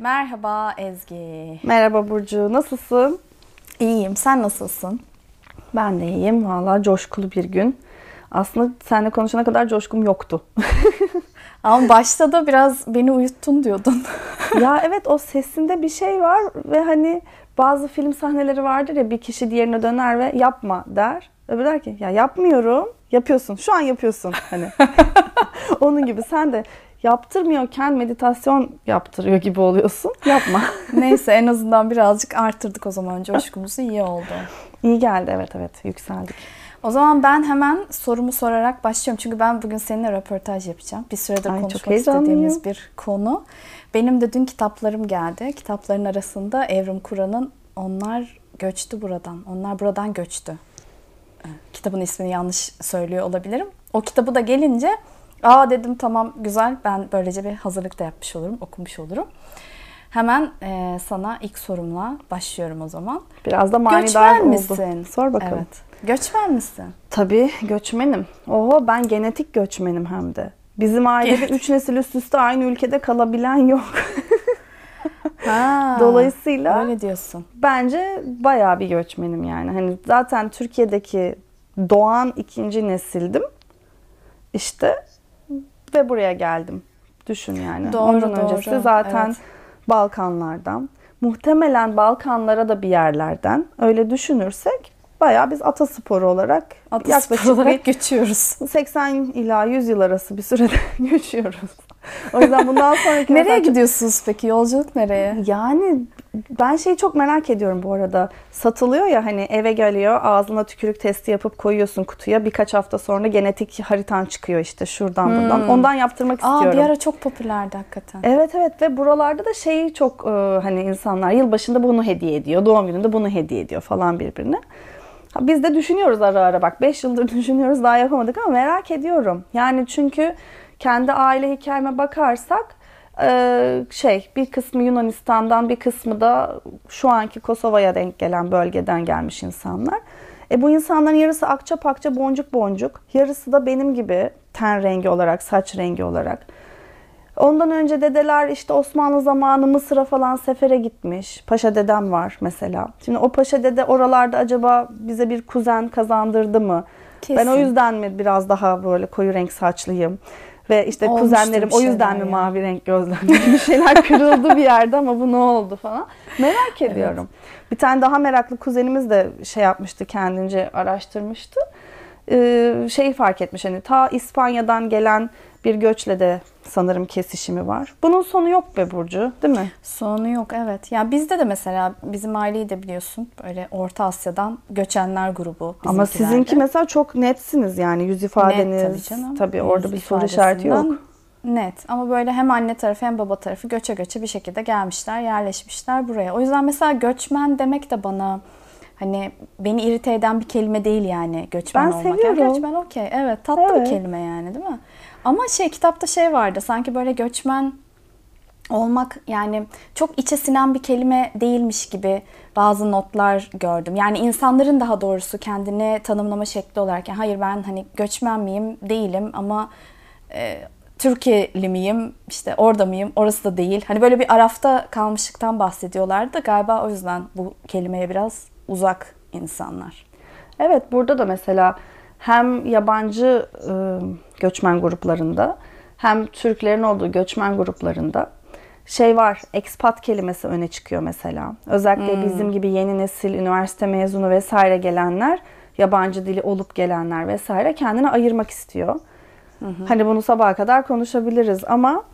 Merhaba Ezgi. Merhaba Burcu, nasılsın? İyiyim, sen nasılsın? Ben de iyiyim. Vallahi coşkulu bir gün. Aslında seninle konuşana kadar coşkum yoktu. Ama başta da biraz beni uyuttun diyordun. Ya evet, o sesinde bir şey var ve hani bazı film sahneleri vardır ya, bir kişi diğerine döner ve yapma der. Öbürü der ki ya yapmıyorum, yapıyorsun. Şu an yapıyorsun hani. Onun gibi sen de yaptırmıyorken meditasyon yaptırıyor gibi oluyorsun. Yapma. Neyse, en azından birazcık artırdık o zaman coşkumuzu, iyi oldu. İyi geldi, evet yükseldik. O zaman ben hemen sorumu sorarak başlıyorum. Çünkü ben bugün seninle röportaj yapacağım. Bir süredir konuşmak istediğimiz bir konu. Benim de dün kitaplarım geldi. Kitapların arasında Evrim Kur'an'ın Onlar Göçtü Buradan. Onlar Buradan Göçtü. Kitabın ismini yanlış söylüyor olabilirim. O kitabı da gelince dedim tamam güzel, ben böylece bir hazırlık da yapmış olurum, okumuş olurum. Hemen sana ilk sorumla başlıyorum o zaman. Biraz da manidar Göçmen oldu. misin? Sor bakalım. Evet. Göçmen misin? Tabii göçmenim. Oho, ben genetik göçmenim hem de. Bizim ailede 3 nesil üst üste aynı ülkede kalabilen yok. Dolayısıyla öyle diyorsun. bence bayağı bir göçmenim yani. Hani zaten Türkiye'deki doğan ikinci nesildim. İşte ve buraya geldim. Düşün yani. Ondan öncesi zaten Balkanlardan. Muhtemelen Balkanlara da bir yerlerden. Öyle düşünürsek bayağı biz atasporu olarak yaklaşık göçüyoruz. 80 ila 100 yıl arası bir sürede göçüyoruz. O yüzden bundan sonraki... Nereye gidiyorsunuz peki? Yolculuk nereye? Yani ben şeyi çok merak ediyorum bu arada. Satılıyor ya, hani eve geliyor, ağzına tükürük testi yapıp koyuyorsun kutuya. Birkaç hafta sonra genetik haritan çıkıyor işte şuradan buradan. Ondan yaptırmak istiyorum. Bir ara çok popülerdi hakikaten. Evet ve buralarda da şeyi çok hani insanlar yılbaşında bunu hediye ediyor, doğum gününde bunu hediye ediyor falan birbirine. Biz de düşünüyoruz ara bak 5 yıldır düşünüyoruz, daha yapamadık ama merak ediyorum. Yani çünkü kendi aile hikayeme bakarsak bir kısmı Yunanistan'dan, bir kısmı da şu anki Kosova'ya denk gelen bölgeden gelmiş insanlar. Bu insanların yarısı akça pakça, boncuk boncuk, yarısı da benim gibi ten rengi olarak, saç rengi olarak. Ondan önce dedeler işte Osmanlı zamanı Mısır'a falan sefere gitmiş. Paşa dedem var mesela. Şimdi o paşa dede oralarda acaba bize bir kuzen kazandırdı mı? Kesin. Ben o yüzden mi biraz daha böyle koyu renk saçlıyım? Ve işte kuzenlerim o yüzden mi mavi renk gözlü? Bir şeyler kırıldı bir yerde ama bu ne oldu falan. Merak ediyorum. Evet. Bir tane daha meraklı kuzenimiz de şey yapmıştı, kendince araştırmıştı. Şeyi fark etmiş, hani ta İspanya'dan gelen bir göçle de sanırım kesişimi var. Bunun sonu yok be Burcu, değil mi? Sonu yok, evet. Yani bizde de mesela bizim aileyi de biliyorsun, böyle Orta Asya'dan göçenler grubu. Ama sizinki mesela çok netsiniz yani, yüz ifadeniz. Net tabii canım. Tabii orada bir soru işareti yok. Net, ama böyle hem anne tarafı hem baba tarafı göçe bir şekilde gelmişler, yerleşmişler buraya. O yüzden mesela göçmen demek de bana hani beni irite eden bir kelime değil yani, göçmen olmak. Seviyorum. Yani göçmen okey, evet, tatlı bir kelime yani, değil mi? Ama kitapta vardı sanki, böyle göçmen olmak yani çok içe sinen bir kelime değilmiş gibi bazı notlar gördüm. Yani insanların daha doğrusu kendini tanımlama şekli olarak, yani hayır ben hani göçmen miyim, değilim ama Türkiye'li miyim, işte orada mıyım, orası da değil. Hani böyle bir arafta kalmışlıktan bahsediyorlardı. Galiba o yüzden bu kelimeye biraz uzak insanlar. Evet, burada da mesela hem yabancı göçmen gruplarında hem Türklerin olduğu göçmen gruplarında var, expat kelimesi öne çıkıyor mesela. Özellikle bizim gibi yeni nesil, üniversite mezunu vesaire gelenler, yabancı dili olup gelenler vesaire kendini ayırmak istiyor. Hani bunu sabaha kadar konuşabiliriz ama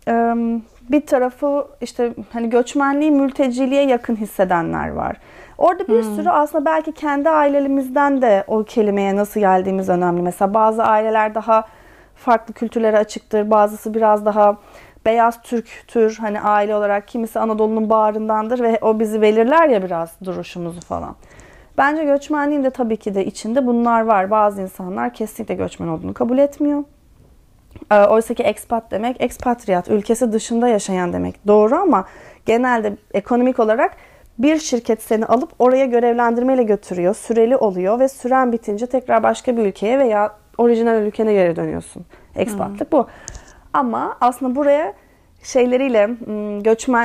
bir tarafı işte hani göçmenliği mülteciliğe yakın hissedenler var. Orada bir sürü aslında belki kendi ailelerimizden de o kelimeye nasıl geldiğimiz önemli. Mesela bazı aileler daha farklı kültürlere açıktır. Bazısı biraz daha beyaz Türktür. Hani aile olarak kimisi Anadolu'nun bağrındandır ve o bizi belirler ya biraz, duruşumuzu falan. Bence göçmenliğin de tabii ki de içinde bunlar var. Bazı insanlar kesinlikle göçmen olduğunu kabul etmiyor. Oysa ki expat demek, expatriat, ülkesi dışında yaşayan demek. Doğru ama genelde ekonomik olarak bir şirket seni alıp oraya görevlendirmeyle götürüyor. Süreli oluyor ve süren bitince tekrar başka bir ülkeye veya orijinal ülkene geri dönüyorsun. Expatlık bu. Ama aslında buraya şeyleriyle, göçmen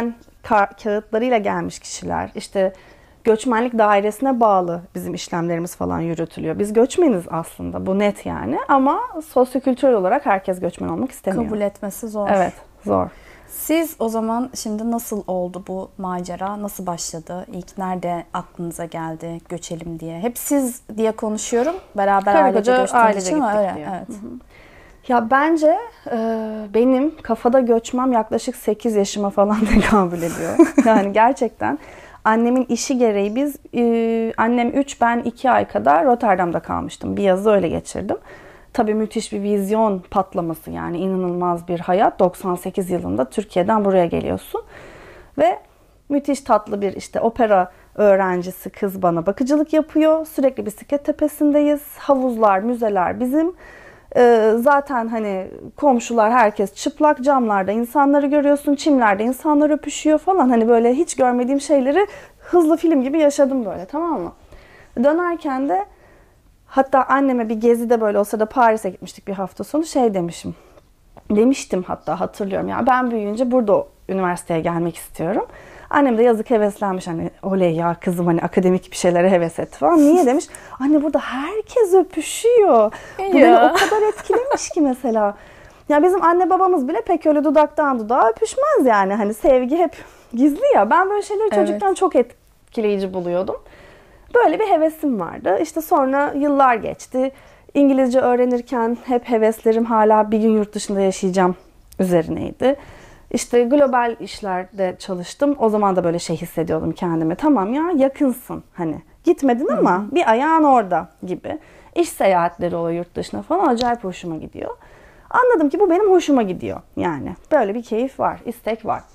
kağıtlarıyla gelmiş kişiler. İşte göçmenlik dairesine bağlı bizim işlemlerimiz falan yürütülüyor. Biz göçmeniz aslında, bu net yani, ama sosyokültürel olarak herkes göçmen olmak istemiyor. Kabul etmesi zor. Evet, zor. Siz o zaman şimdi nasıl oldu bu macera? Nasıl başladı? İlk nerede aklınıza geldi göçelim diye? Hep siz diye konuşuyorum. Beraber ailece göçtüğünüz için ama öyle. Evet. Hı hı. Ya bence benim kafada göçmem yaklaşık 8 yaşıma falan tekabül ediyor. Yani gerçekten annemin işi gereği biz annem 3 ben 2 ay kadar Rotterdam'da kalmıştım. Bir yazı öyle geçirdim. Tabii müthiş bir vizyon patlaması, yani inanılmaz bir hayat. 98 yılında Türkiye'den buraya geliyorsun ve müthiş tatlı bir işte opera öğrencisi kız bana bakıcılık yapıyor. Sürekli bisiklet tepesindeyiz. Havuzlar, müzeler bizim. Zaten hani komşular herkes çıplak, camlarda insanları görüyorsun, çimlerde insanlar öpüşüyor falan. Hani böyle hiç görmediğim şeyleri hızlı film gibi yaşadım böyle, tamam mı? Dönerken de hatta anneme bir gezide böyle o sırada Paris'e gitmiştik bir hafta sonu, şey demiştim hatta hatırlıyorum ya, ben büyüyünce burada üniversiteye gelmek istiyorum. Annem de yazık heveslenmiş, hani oley ya kızım, hani akademik bir şeylere heves etti falan. Niye demiş? Anne burada herkes öpüşüyor. Bu beni o kadar etkilemiş ki mesela. Ya bizim anne babamız bile pek öyle dudaktan dudağa öpüşmez yani. Hani sevgi hep gizli ya. Ben böyle şeyleri çocukken çok etkileyici buluyordum. Böyle bir hevesim vardı. İşte sonra yıllar geçti. İngilizce öğrenirken hep heveslerim hala bir gün yurt dışında yaşayacağım üzerineydi. İşte global işlerde çalıştım. O zaman da böyle şey hissediyordum kendime. Tamam ya, yakınsın hani. Gitmedin ama bir ayağın orada gibi. İş seyahatleri oluyor yurt dışına falan, acayip hoşuma gidiyor. Anladım ki bu benim hoşuma gidiyor. Yani böyle bir keyif var, istek var.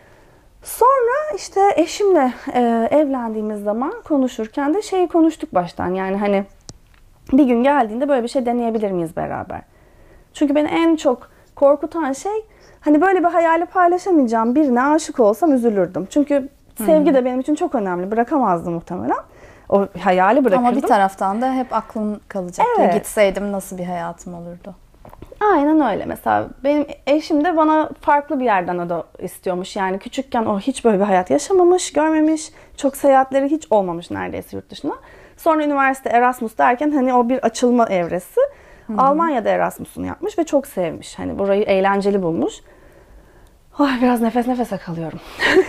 Sonra işte eşimle evlendiğimiz zaman konuşurken de şeyi konuştuk baştan. Yani hani bir gün geldiğinde böyle bir şey deneyebilir miyiz beraber? Çünkü beni en çok korkutan şey, hani böyle bir hayali paylaşamayacağım birine aşık olsam üzülürdüm. Çünkü sevgi de benim için çok önemli. Bırakamazdım muhtemelen. O hayali bırakırdım. Ama bir taraftan da hep aklın kalacak. Evet. Gitseydim nasıl bir hayatım olurdu? Aynen öyle. Mesela benim eşim de bana farklı bir yerden o da istiyormuş. Yani küçükken o hiç böyle bir hayat yaşamamış, görmemiş. Çok seyahatleri hiç olmamış neredeyse yurt dışına. Sonra üniversite Erasmus derken hani o bir açılma evresi. Almanya'da Erasmus'unu yapmış ve çok sevmiş. Hani burayı eğlenceli bulmuş. Ay, biraz nefes nefese kalıyorum.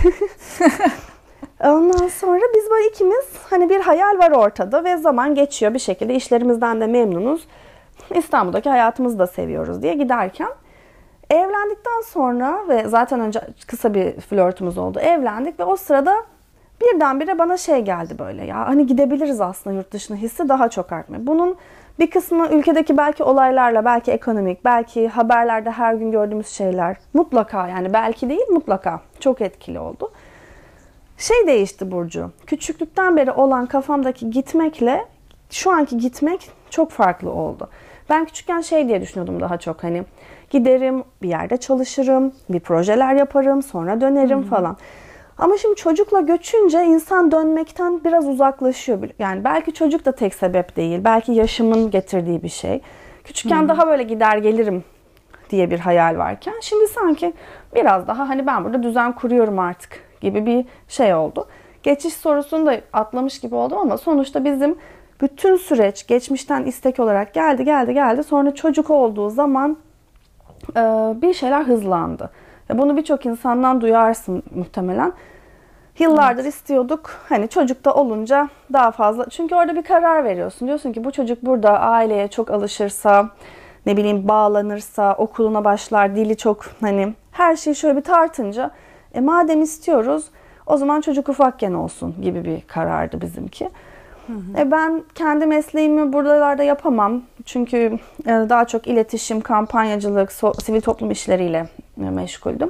Ondan sonra biz böyle ikimiz, hani bir hayal var ortada ve zaman geçiyor bir şekilde, işlerimizden de memnunuz. İstanbul'daki hayatımızı da seviyoruz diye giderken evlendikten sonra ve zaten önce kısa bir flörtümüz oldu. Evlendik ve o sırada birdenbire bana şey geldi böyle, ya hani gidebiliriz aslında yurt dışına hissi daha çok artmıyor. Bunun bir kısmı ülkedeki belki olaylarla, belki ekonomik, belki haberlerde her gün gördüğümüz şeyler, mutlaka yani belki değil mutlaka çok etkili oldu. Şey değişti Burcu. Küçüklükten beri olan kafamdaki gitmekle şu anki gitmek çok farklı oldu. Ben küçükken şey diye düşünüyordum daha çok, hani giderim, bir yerde çalışırım, bir projeler yaparım, sonra dönerim falan. Ama şimdi çocukla göçünce insan dönmekten biraz uzaklaşıyor. Yani belki çocuk da tek sebep değil, belki yaşımın getirdiği bir şey. Küçükken daha böyle gider gelirim diye bir hayal varken, şimdi sanki biraz daha hani ben burada düzen kuruyorum artık gibi bir şey oldu. Geçiş sorusunu da atlamış gibi oldum ama sonuçta bizim bütün süreç geçmişten istek olarak geldi. Sonra çocuk olduğu zaman bir şeyler hızlandı. Ve bunu birçok insandan duyarsın muhtemelen. Yıllardır istiyorduk. Hani çocukta olunca daha fazla. Çünkü orada bir karar veriyorsun. Diyorsun ki bu çocuk burada aileye çok alışırsa, ne bileyim bağlanırsa, okuluna başlar, dili çok, hani her şeyi şöyle bir tartınca madem istiyoruz o zaman çocuk ufakken olsun gibi bir karardı bizimki. Ben kendi mesleğimi buralarda yapamam. Çünkü daha çok iletişim, kampanyacılık, sivil toplum işleriyle meşguldüm.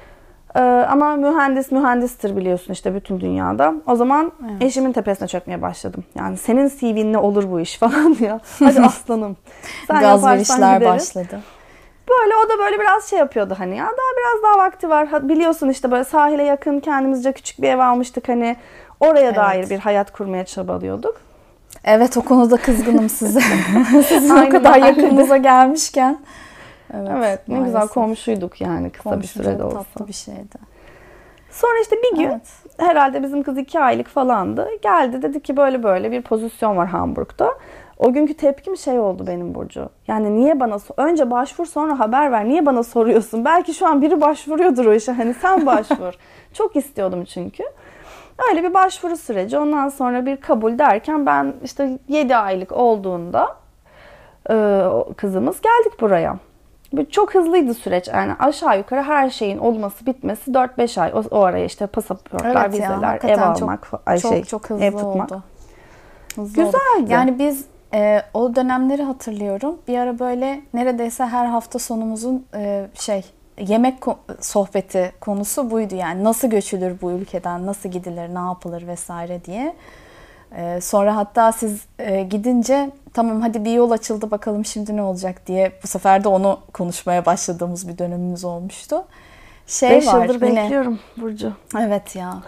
Ama mühendistir biliyorsun işte bütün dünyada. O zaman eşimin tepesine çökmeye başladım. Yani senin CV'nle olur bu iş falan diyor. Hadi aslanım. Sen gaz yaparsan verişler gideriz. başladı. Böyle o da böyle biraz şey yapıyordu hani, ya daha biraz daha vakti var. Biliyorsun işte böyle sahile yakın kendimizce küçük bir ev almıştık, hani oraya dair bir hayat kurmaya çabalıyorduk. Evet, o konuda kızgınım size. Sizin o kadar yakınınıza gelmişken. Evet, ne güzel komşuyduk yani kısa bir sürede olsa. Tatlı bir şeydi. Sonra işte bir gün Evet. herhalde bizim kız 2 aylık falandı. Geldi dedi ki böyle böyle bir pozisyon var Hamburg'da. O günkü tepkim şey oldu benim Burcu. Yani niye bana önce başvur sonra haber ver. Niye bana soruyorsun? Belki şu an biri başvuruyordur o işe. Hani sen başvur. Çok istiyordum çünkü. Öyle bir başvuru süreci. Ondan sonra bir kabul derken ben işte 7 aylık olduğunda kızımız geldik buraya. Çok hızlıydı süreç. Yani aşağı yukarı her şeyin olması bitmesi 4-5 ay. O araya işte pasaportlar, Evet ya, vizeler, ev hakikaten almak, çok hızlı ev tutmak. oldu. Hızlı Güzeldi. oldu. Yani biz o dönemleri hatırlıyorum. Bir ara böyle neredeyse her hafta sonumuzun yemek sohbeti konusu buydu. Yani nasıl göçülür bu ülkeden, nasıl gidilir, ne yapılır vesaire diye. Sonra hatta siz gidince tamam hadi bir yol açıldı bakalım şimdi ne olacak diye bu sefer de onu konuşmaya başladığımız bir dönemimiz olmuştu. 5 var, yıldır bekliyorum Burcu. Evet ya.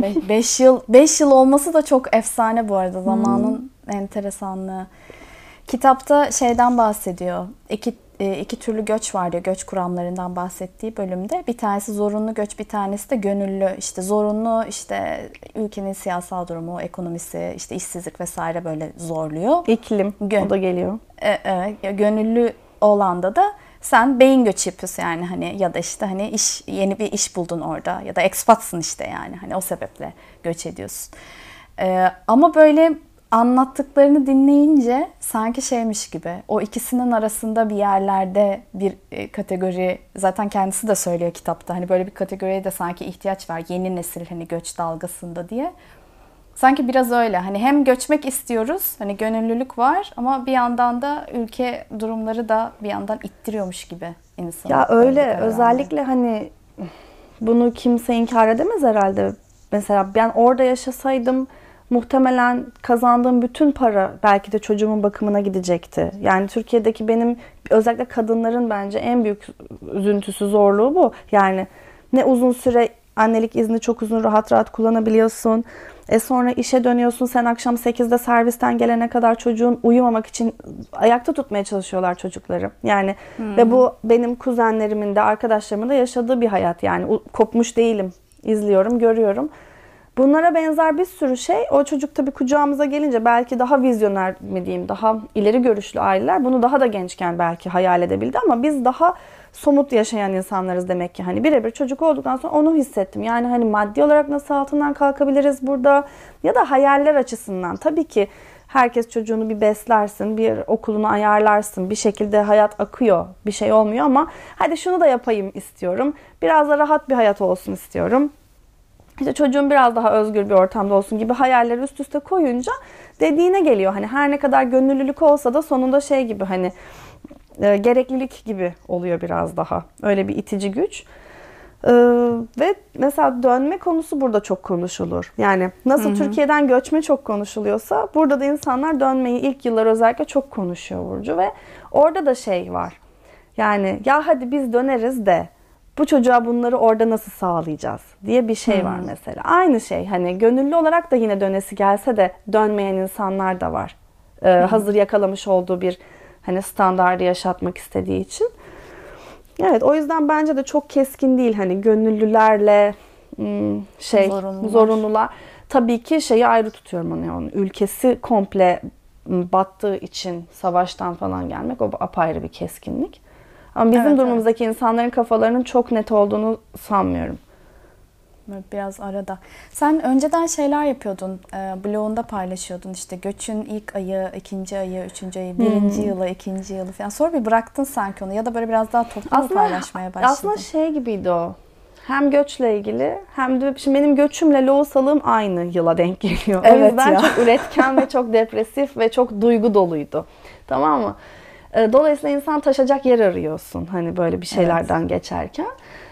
5 yıl olması da çok efsane bu arada. Zamanın enteresanlığı. Kitapta şeyden bahsediyor. İki türlü göç var diyor. Göç kuramlarından bahsettiği bölümde. Bir tanesi zorunlu göç, bir tanesi de gönüllü. İşte zorunlu işte ülkenin siyasal durumu, ekonomisi, işte işsizlik vesaire böyle zorluyor. İklim o da geliyor. Gönüllü olanda da sen beyin göçü yapıyorsun yani hani ya da işte hani yeni bir iş buldun orada ya da ekspatsın işte yani hani o sebeple göç ediyorsun. Ama böyle anlattıklarını dinleyince sanki şeymiş gibi o ikisinin arasında bir yerlerde bir kategori zaten kendisi de söylüyor kitapta hani böyle bir kategoriye de sanki ihtiyaç var yeni nesil hani göç dalgasında diye. Sanki biraz öyle. Hani hem göçmek istiyoruz, hani gönüllülük var ama bir yandan da ülke durumları da bir yandan ittiriyormuş gibi insanı. Ya öyle özellikle hani bunu kimse inkar edemez herhalde. Mesela ben orada yaşasaydım muhtemelen kazandığım bütün para belki de çocuğumun bakımına gidecekti. Yani Türkiye'deki benim özellikle kadınların bence en büyük üzüntüsü, zorluğu bu. Yani ne uzun süre annelik izni çok uzun rahat rahat kullanabiliyorsun. Sonra işe dönüyorsun. Sen akşam 8'de servisten gelene kadar çocuğun uyumamak için ayakta tutmaya çalışıyorlar çocukları. Yani ve bu benim kuzenlerimin de arkadaşlarımın da yaşadığı bir hayat. Yani kopmuş değilim. İzliyorum, görüyorum. Bunlara benzer bir sürü şey. O çocuk tabii kucağımıza gelince belki daha vizyoner mi diyeyim, daha ileri görüşlü aileler bunu daha da gençken belki hayal edebildi ama biz daha somut yaşayan insanlarız demek ki. Hani birebir çocuk olduktan sonra onu hissettim. Yani hani maddi olarak nasıl altından kalkabiliriz burada ya da hayaller açısından. Tabii ki herkes çocuğunu bir beslersin, bir okulunu ayarlarsın, bir şekilde hayat akıyor, bir şey olmuyor ama hadi şunu da yapayım istiyorum. Biraz da rahat bir hayat olsun istiyorum. İşte çocuğum biraz daha özgür bir ortamda olsun gibi hayalleri üst üste koyunca dediğine geliyor. Hani her ne kadar gönüllülük olsa da sonunda şey gibi hani gereklilik gibi oluyor biraz daha. Öyle bir itici güç. Ve mesela dönme konusu burada çok konuşulur. Yani nasıl Türkiye'den göçme çok konuşuluyorsa burada da insanlar dönmeyi ilk yıllar özellikle çok konuşuyor Burcu ve orada da şey var. Yani ya hadi biz döneriz de bu çocuğa bunları orada nasıl sağlayacağız diye bir şey var mesela. Aynı şey hani gönüllü olarak da yine dönesi gelse de dönmeyen insanlar da var. Hazır yakalamış olduğu bir hani standardı yaşatmak istediği için. Evet o yüzden bence de çok keskin değil hani gönüllülerle zorunlular. Tabii ki şeyi ayrı tutuyorum onu. Ülkesi komple battığı için savaştan falan gelmek o apayrı bir keskinlik. Ama bizim durumumuzdaki insanların kafalarının çok net olduğunu sanmıyorum. Biraz arada. Sen önceden şeyler yapıyordun, blogunda paylaşıyordun işte göçün ilk ayı, ikinci ayı, üçüncü ayı, birinci yılı, ikinci yılı falan. Sonra bir bıraktın sanki onu ya da böyle biraz daha toplu paylaşmaya başladın. Aslında şey gibiydi o. Hem göçle ilgili hem de şimdi benim göçümle lohusalığım aynı yıla denk geliyor. O yüzden çok üretken ve çok depresif ve çok duygu doluydu. Tamam mı? Dolayısıyla insan taşacak yer arıyorsun hani böyle bir şeylerden geçerken.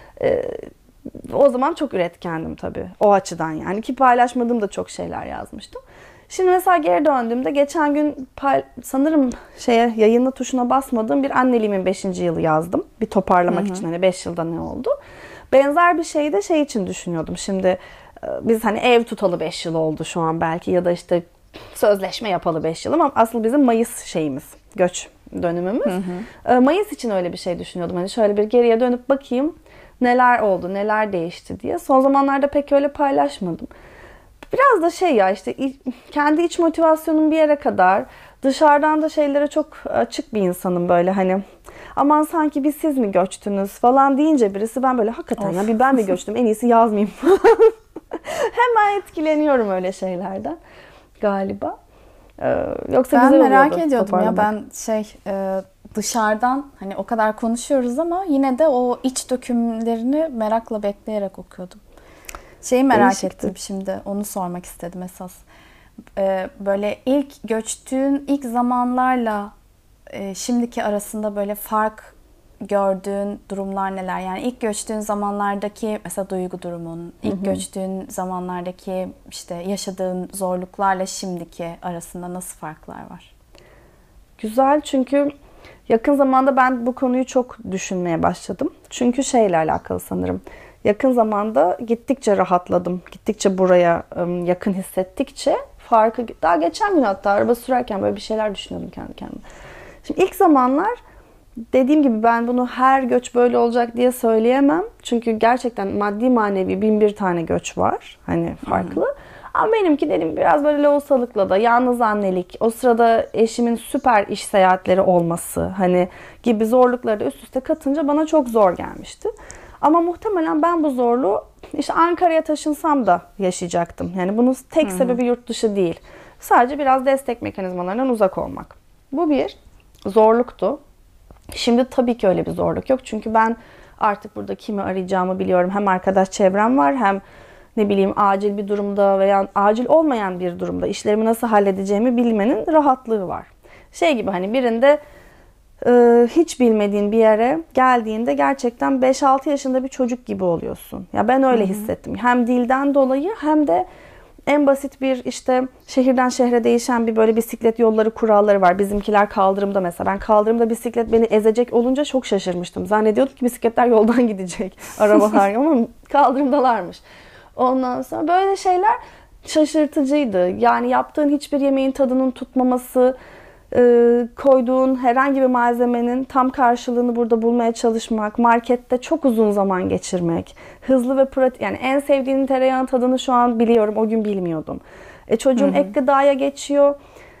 O zaman çok üretkendim tabii o açıdan yani ki paylaşmadığım da çok şeyler yazmıştım. Şimdi mesela geri döndüğümde geçen gün sanırım yayınla tuşuna basmadığım bir anneliğimin 5. yılı yazdım. Bir toparlamak için hani 5 yılda ne oldu. Benzer bir şeyi de şey için düşünüyordum. Şimdi biz hani ev tutalı 5 yıl oldu şu an belki ya da işte sözleşme yapalı 5 yıl ama asıl bizim Mayıs şeyimiz, göç dönümümüz. Mayıs için öyle bir şey düşünüyordum. Hani şöyle bir geriye dönüp bakayım. neler oldu, neler değişti diye. Son zamanlarda pek öyle paylaşmadım. Biraz da şey ya işte kendi iç motivasyonum bir yere kadar, dışarıdan da şeylere çok açık bir insanım böyle hani aman sanki bir siz mi göçtünüz falan deyince birisi ben böyle hakikaten ya bir ben mi göçtüm en iyisi yazmayayım falan. Hemen etkileniyorum öyle şeylerden galiba. Yoksa Ben güzel merak oluyordu ediyordum ya toparlamak. ben dışarıdan hani o kadar konuşuyoruz ama yine de o iç dökümlerini merakla bekleyerek okuyordum. Şeyi merak Değişikti. ettim şimdi onu sormak istedim esas. Böyle ilk göçtüğün ilk zamanlarla şimdiki arasında böyle fark gördüğün durumlar neler? Yani ilk göçtüğün zamanlardaki mesela duygu durumun, ilk göçtüğün zamanlardaki işte yaşadığın zorluklarla şimdiki arasında nasıl farklar var? Güzel çünkü yakın zamanda ben bu konuyu çok düşünmeye başladım. Çünkü şeyle alakalı sanırım. Yakın zamanda gittikçe rahatladım. Gittikçe buraya yakın hissettikçe farkı... Daha geçen gün hatta araba sürerken böyle bir şeyler düşünüyordum kendi kendime. Şimdi ilk zamanlar dediğim gibi ben bunu her göç böyle olacak diye söyleyemem. Çünkü gerçekten maddi manevi bin bir tane göç var. Hani farklı. Ama benimki dedim biraz böyle lohusalıkla da yalnız annelik, o sırada eşimin süper iş seyahatleri olması hani gibi zorlukları da üst üste katınca bana çok zor gelmişti. Ama muhtemelen ben bu zorluğu işte Ankara'ya taşınsam da yaşayacaktım. Yani bunun tek sebebi yurt dışı değil. Sadece biraz destek mekanizmalarından uzak olmak. Bu bir zorluktu. Şimdi tabii ki öyle bir zorluk yok. Çünkü ben artık burada kimi arayacağımı biliyorum. Hem arkadaş çevrem var hem ne bileyim acil bir durumda veya acil olmayan bir durumda işlerimi nasıl halledeceğimi bilmenin rahatlığı var. Şey gibi hani birinde hiç bilmediğin bir yere geldiğinde gerçekten 5-6 yaşında bir çocuk gibi oluyorsun. Ya ben öyle hissettim. Hem dilden dolayı hem de en basit bir işte şehirden şehre değişen bir böyle bisiklet yolları kuralları var. Bizimkiler kaldırımda mesela. Ben kaldırımda bisiklet beni ezecek olunca çok şaşırmıştım. Zannediyordum ki bisikletler yoldan gidecek. Arabalar ama kaldırımdalarmış. Ondan sonra böyle şeyler şaşırtıcıydı. Yani yaptığın hiçbir yemeğin tadının tutmaması, koyduğun herhangi bir malzemenin tam karşılığını burada bulmaya çalışmak, markette çok uzun zaman geçirmek, hızlı ve pratik, yani en sevdiğin tereyağın tadını şu an biliyorum, o gün bilmiyordum. Çocuğun ek gıdaya geçiyor.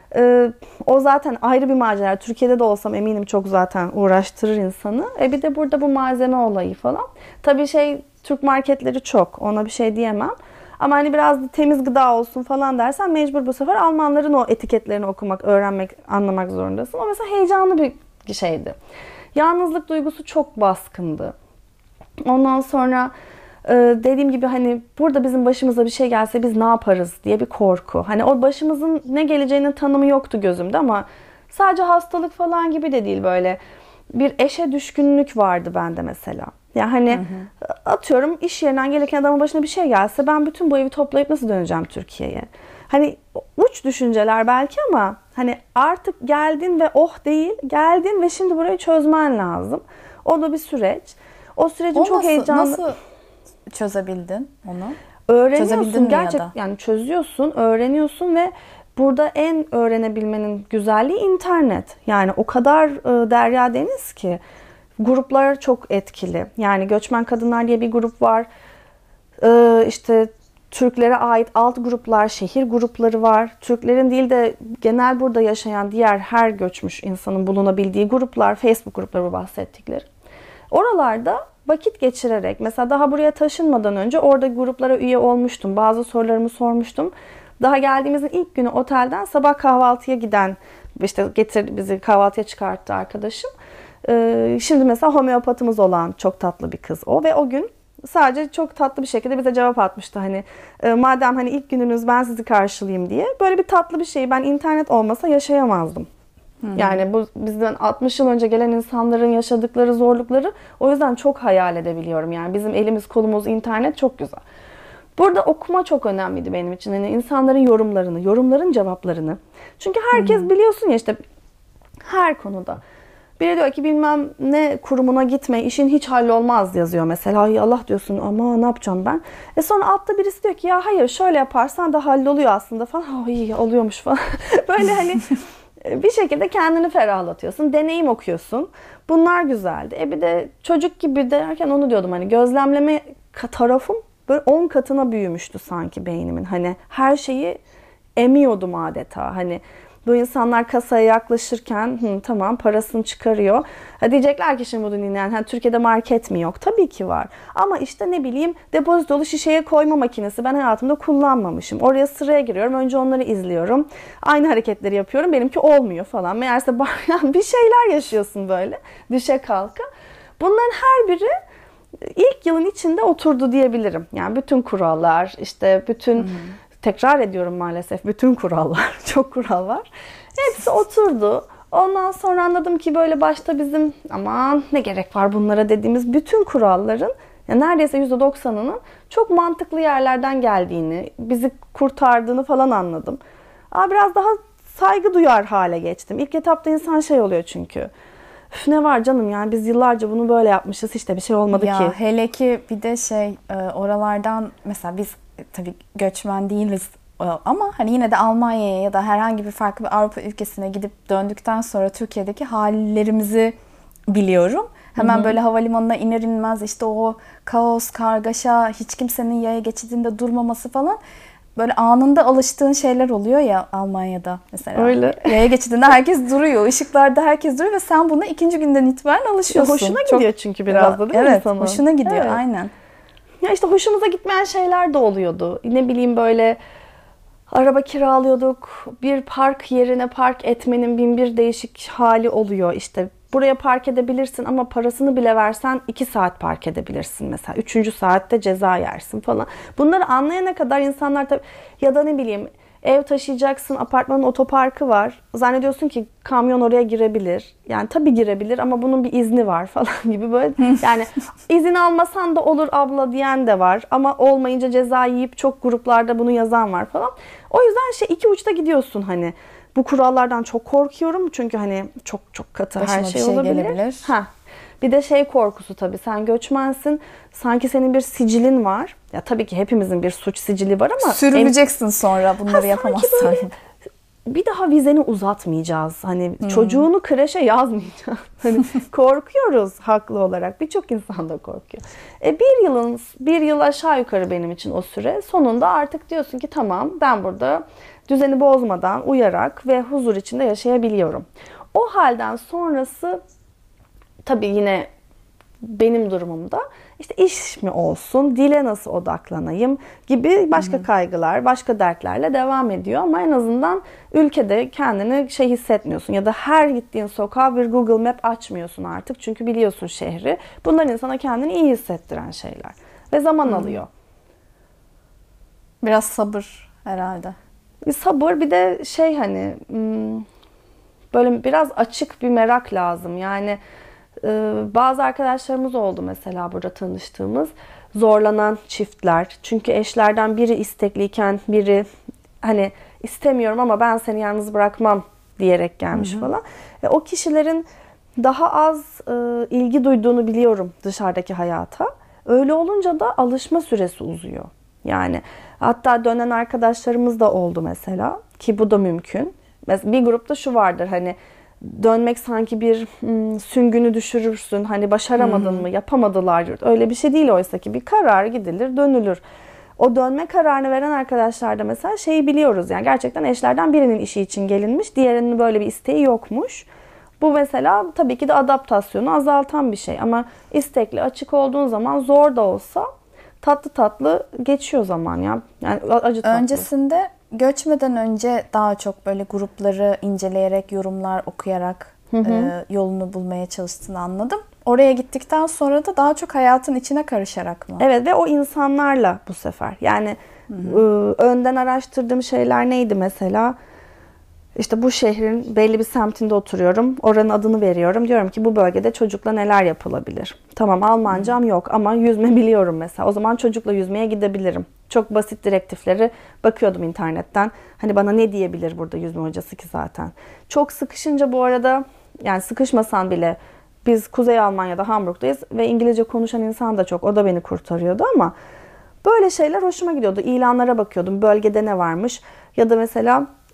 O zaten ayrı bir macera. Türkiye'de de olsam eminim çok zaten uğraştırır insanı. Bir de burada bu malzeme olayı falan. Tabii Türk marketleri çok. Ona bir şey diyemem. Ama hani biraz da temiz gıda olsun falan dersen mecbur bu sefer Almanların o etiketlerini okumak, öğrenmek, anlamak zorundasın. O mesela heyecanlı bir şeydi. Yalnızlık duygusu çok baskındı. Ondan sonra dediğim gibi hani burada bizim başımıza bir şey gelse biz ne yaparız diye bir korku. Hani o başımızın ne geleceğinin tanımı yoktu gözümde ama sadece hastalık falan gibi de değil, böyle bir eşe düşkünlük vardı bende mesela. Yani hani atıyorum iş yerinden gelirken adamın başına bir şey gelse ben bütün bu evi toplayıp nasıl döneceğim Türkiye'ye? Hani uç düşünceler belki ama hani artık geldin ve oh değil, geldin ve şimdi burayı çözmen lazım. O da bir süreç. O sürecin O çok heyecanlı. nasıl çözebildin onu? Öğreniyorsun gerçekten, yani çözüyorsun, öğreniyorsun ve burada en öğrenebilmenin güzelliği internet. Yani o kadar derya deniz ki gruplar çok etkili. Yani Göçmen Kadınlar diye bir grup var. İşte Türklere ait alt gruplar, şehir grupları var. Türklerin değil de genel burada yaşayan diğer her göçmüş insanın bulunabildiği gruplar, Facebook grupları bahsettikleri. Oralarda vakit geçirerek, mesela daha buraya taşınmadan önce orada gruplara üye olmuştum. Bazı sorularımı sormuştum. Daha geldiğimizin ilk günü otelden sabah kahvaltıya giden, işte bizi kahvaltıya çıkarttı arkadaşım. Şimdi mesela homeopatımız olan çok tatlı bir kız o ve o gün sadece çok tatlı bir şekilde bize cevap atmıştı. Hani madem hani ilk gününüz ben sizi karşılayayım diye. Böyle bir tatlı bir şeyi ben internet olmasa yaşayamazdım. Yani bu bizden 60 yıl önce gelen insanların yaşadıkları zorlukları o yüzden çok hayal edebiliyorum. Yani bizim elimiz kolumuz internet çok güzel. Burada okuma çok önemliydi benim için. Yani insanların yorumlarını, yorumların cevaplarını. Çünkü herkes biliyorsun ya işte her konuda. Biri diyor ki bilmem ne kurumuna gitme, işin hiç hallolmaz yazıyor mesela. Ay Allah diyorsun ama ne yapacağım ben? Sonra altta birisi diyor ki ya hayır şöyle yaparsan da halloluyor aslında falan. Ay oluyormuş falan. Böyle hani Bir şekilde kendini ferahlatıyorsun. Deneyim okuyorsun. Bunlar güzeldi. Bir de çocuk gibi derken onu diyordum, hani gözlemleme tarafım böyle 10 katına büyümüştü sanki beynimin. Hani her şeyi emiyordum adeta. Hani bu insanlar kasaya yaklaşırken tamam parasını çıkarıyor. Diyecekler ki şimdi bunu dinleyen, Türkiye'de market mi yok? Tabii ki var. Ama işte ne bileyim, depozitolu şişeye koyma makinesi ben hayatımda kullanmamışım. Oraya sıraya giriyorum. Önce onları izliyorum. Aynı hareketleri yapıyorum. Benimki olmuyor falan. Meğerse bir şeyler yaşıyorsun böyle. Düşe kalka. Bunların her biri ilk yılın içinde oturdu diyebilirim. Yani bütün kurallar, işte bütün tekrar ediyorum maalesef, bütün kurallar, çok kural var. Hepsi oturdu. Ondan sonra anladım ki böyle başta bizim aman ne gerek var bunlara dediğimiz bütün kuralların yani neredeyse %90'ının çok mantıklı yerlerden geldiğini, bizi kurtardığını falan anladım. Biraz daha saygı duyar hale geçtim. İlk etapta insan şey oluyor çünkü. Ne var canım, yani biz yıllarca bunu böyle yapmışız, işte bir şey olmadı ya, ki. Hele ki bir de oralardan mesela biz tabii göçmen değiliz ama hani yine de Almanya'ya ya da herhangi bir farklı bir Avrupa ülkesine gidip döndükten sonra Türkiye'deki hallerimizi biliyorum. Hemen böyle havalimanına iner inmez işte o kaos, kargaşa, hiç kimsenin yaya geçidinde durmaması falan. Böyle anında alıştığın şeyler oluyor ya Almanya'da mesela. Öyle. Yaya geçidinde herkes duruyor, ışıklarda herkes duruyor ve sen buna ikinci günden itibaren alışıyorsun. Hoşuna gidiyor çünkü biraz da değil mi evet, sana? hoşuna gidiyor, Evet. aynen. Ya işte hoşumuza gitmeyen şeyler de oluyordu. Ne bileyim böyle araba kiralıyorduk. Bir park yerine park etmenin bin bir değişik hali oluyor. İşte buraya park edebilirsin ama parasını bile versen 2 saat park edebilirsin mesela. 3. saatte ceza yersin falan. Bunları anlayana kadar insanlar tabii, ya da ne bileyim ev taşıyacaksın, apartmanın otoparkı var. Zannediyorsun ki kamyon oraya girebilir. Yani tabii girebilir ama bunun bir izni var falan gibi böyle. Yani izin almasan da olur abla diyen de var. Ama olmayınca ceza yiyip çok gruplarda bunu yazan var falan. O yüzden iki uçta gidiyorsun hani. Bu kurallardan çok korkuyorum çünkü hani çok katı Başıma her bir şey şey olabilir. gelebilir. Bir de korkusu tabii, sen göçmensin, sanki senin bir sicilin var. Ya tabii ki hepimizin bir suç sicili var ama Sürüleceksin sonra bunları yapamazsan. Bir daha vizeni uzatmayacağız. Hani çocuğunu kreşe yazmayacağız. Hani korkuyoruz haklı olarak. Birçok insan da korkuyor. Bir yıl aşağı yukarı benim için o süre. Sonunda artık diyorsun ki tamam, ben burada düzeni bozmadan, uyarak ve huzur içinde yaşayabiliyorum. O halden sonrası tabii yine benim durumumda işte iş mi olsun, dile nasıl odaklanayım gibi başka kaygılar, başka dertlerle devam ediyor. Ama en azından ülkede kendini hissetmiyorsun ya da her gittiğin sokağa bir Google Map açmıyorsun artık. Çünkü biliyorsun şehri. Bunlar insana kendini iyi hissettiren şeyler ve zaman alıyor. Biraz sabır herhalde. Bir sabır, bir de hani böyle biraz açık bir merak lazım. Yani bazı arkadaşlarımız oldu mesela burada tanıştığımız zorlanan çiftler. Çünkü eşlerden biri istekliyken biri hani istemiyorum ama ben seni yalnız bırakmam diyerek gelmiş falan. O kişilerin daha az ilgi duyduğunu biliyorum dışarıdaki hayata. Öyle olunca da alışma süresi uzuyor. Yani hatta dönen arkadaşlarımız da oldu mesela, ki bu da mümkün. Mesela bir grupta şu vardır, hani dönmek sanki bir süngünü düşürürsün. Hani başaramadın mı, yapamadılar. Öyle bir şey değil oysa ki, bir karar, gidilir, dönülür. O dönme kararını veren arkadaşlar da mesela biliyoruz. Yani gerçekten eşlerden birinin işi için gelinmiş. Diğerinin böyle bir isteği yokmuş. Bu mesela tabii ki de adaptasyonu azaltan bir şey. Ama istekli, açık olduğun zaman zor da olsa tatlı tatlı geçiyor zaman ya. Yani acı tatlı. Öncesinde göçmeden önce daha çok böyle grupları inceleyerek, yorumlar okuyarak yolunu bulmaya çalıştığını anladım. Oraya gittikten sonra da daha çok hayatın içine karışarak mı? Evet ve o insanlarla bu sefer. Yani önden araştırdığım şeyler neydi mesela? İşte bu şehrin belli bir semtinde oturuyorum. Oranın adını veriyorum. Diyorum ki bu bölgede çocukla neler yapılabilir? Tamam, Almancam yok ama yüzme biliyorum mesela. O zaman çocukla yüzmeye gidebilirim. Çok basit direktifleri bakıyordum internetten. Hani bana ne diyebilir burada yüzme hocası ki zaten. Çok sıkışınca bu arada, yani sıkışmasan bile, biz Kuzey Almanya'da Hamburg'dayız ve İngilizce konuşan insan da çok. O da beni kurtarıyordu ama böyle şeyler hoşuma gidiyordu. İlanlara bakıyordum. Bölgede ne varmış? Ya da mesela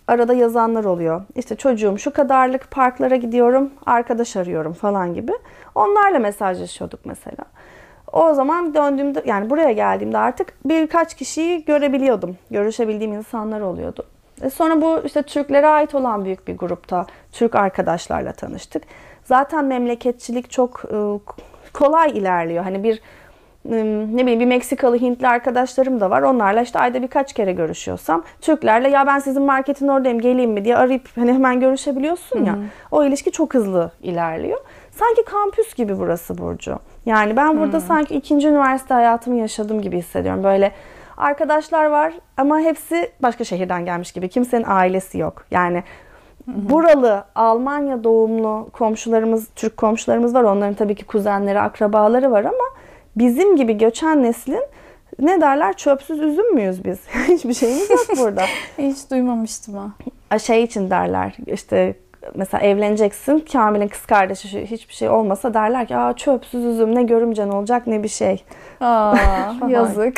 arada yazanlar oluyor. İşte çocuğum şu kadarlık, parklara gidiyorum, arkadaş arıyorum falan gibi. Onlarla mesajlaşıyorduk mesela. O zaman döndüğümde, yani buraya geldiğimde artık birkaç kişiyi görebiliyordum. Görüşebildiğim insanlar oluyordu. Sonra bu işte Türklere ait olan büyük bir grupta Türk arkadaşlarla tanıştık. Zaten memleketçilik çok kolay ilerliyor. Hani ne bileyim bir Meksikalı, Hintli arkadaşlarım da var. Onlarla işte ayda birkaç kere görüşüyorsam Türklerle ya ben sizin marketin oradayım geleyim mi diye arayıp hani hemen görüşebiliyorsun ya. O ilişki çok hızlı ilerliyor. Sanki kampüs gibi burası Burcu. Yani ben burada sanki 2. üniversite hayatımı yaşadım gibi hissediyorum. Böyle arkadaşlar var ama hepsi başka şehirden gelmiş gibi. Kimsenin ailesi yok. Yani buralı Almanya doğumlu komşularımız, Türk komşularımız var. Onların tabii ki kuzenleri, akrabaları var ama bizim gibi göçen neslin ne derler, çöpsüz üzüm müyüz biz? Hiçbir şeyimiz yok burada. Hiç duymamıştım ha. Şey için derler işte mesela evleneceksin, Kamil'in kız kardeşi hiçbir şey olmasa derler ki çöpsüz üzüm, ne görümcen olacak ne bir şey. Yazık.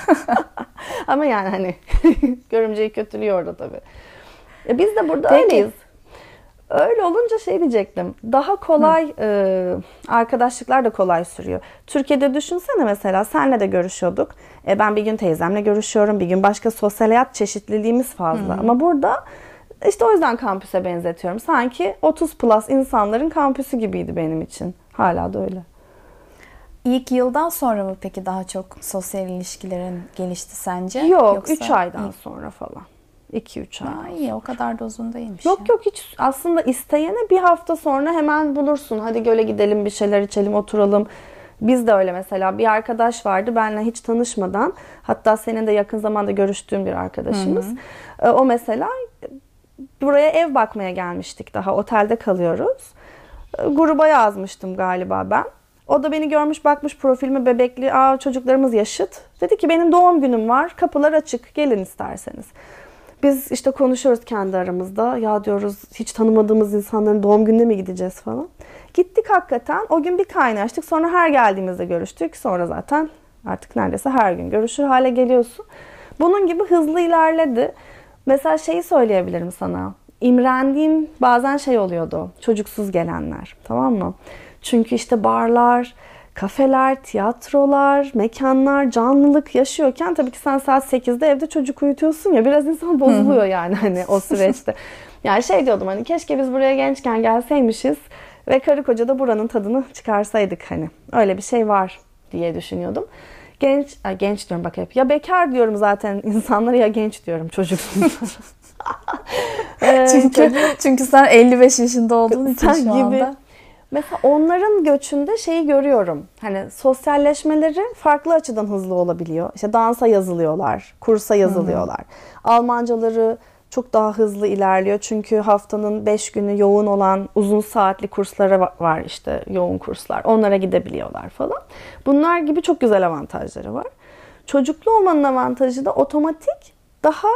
Ama yani hani görümceyi kötülüyor orada tabii. Biz de burada öyleyiz. Öyle olunca şey diyecektim. Daha kolay arkadaşlıklar da kolay sürüyor. Türkiye'de düşünsene mesela senle de görüşüyorduk. Ben bir gün teyzemle görüşüyorum. Bir gün başka sosyal hayat çeşitliliğimiz fazla. Ama burada işte o yüzden kampüse benzetiyorum. Sanki 30 plus insanların kampüsü gibiydi benim için. Hala da öyle. İlk yıldan sonra mı peki daha çok sosyal ilişkilerin gelişti sence? Yok, 3 aydan sonra falan. 2-3 ay. İyi, o kadar da uzun değilmiş. Yok hiç aslında isteyene bir hafta sonra hemen bulursun. Hadi göle gidelim, bir şeyler içelim, oturalım. Biz de öyle mesela bir arkadaş vardı benimle hiç tanışmadan. Hatta senin de yakın zamanda görüştüğün bir arkadaşımız. O mesela buraya ev bakmaya gelmiştik, daha otelde kalıyoruz. Gruba yazmıştım galiba ben. O da beni görmüş, bakmış profilime, bebekli. Çocuklarımız yaşıt. Dedi ki benim doğum günüm var. Kapılar açık. Gelin isterseniz. Biz işte konuşuyoruz kendi aramızda. Ya diyoruz hiç tanımadığımız insanların doğum gününe mi gideceğiz falan. Gittik hakikaten. O gün bir kaynaştık. Sonra her geldiğimizde görüştük. Sonra zaten artık neredeyse her gün görüşür hale geliyorsun. Bunun gibi hızlı ilerledi. Mesela şeyi söyleyebilirim sana. İmrendiğim bazen şey oluyordu. Çocuksuz gelenler. Tamam mı? Çünkü işte barlar, kafeler, tiyatrolar, mekanlar, canlılık yaşıyorken tabii ki sen saat 8'de evde çocuk uyutuyorsun ya, biraz insan bozuluyor yani hani o süreçte. Yani şey diyordum hani keşke biz buraya gençken gelseymişiz ve karı koca da buranın tadını çıkarsaydık hani. Öyle bir şey var diye düşünüyordum. Genç diyorum bak hep. Ya bekar diyorum zaten insanlara ya genç diyorum çocuksuz. Çünkü sen 55 yaşında olduğun için şu anda. Mesela onların göçünde şeyi görüyorum. Hani sosyalleşmeleri farklı açıdan hızlı olabiliyor. İşte dansa yazılıyorlar, kursa yazılıyorlar. Almancaları çok daha hızlı ilerliyor. Çünkü haftanın 5 günü yoğun olan uzun saatli kursları var işte, yoğun kurslar. Onlara gidebiliyorlar falan. Bunlar gibi çok güzel avantajları var. Çocuklu olmanın avantajı da otomatik daha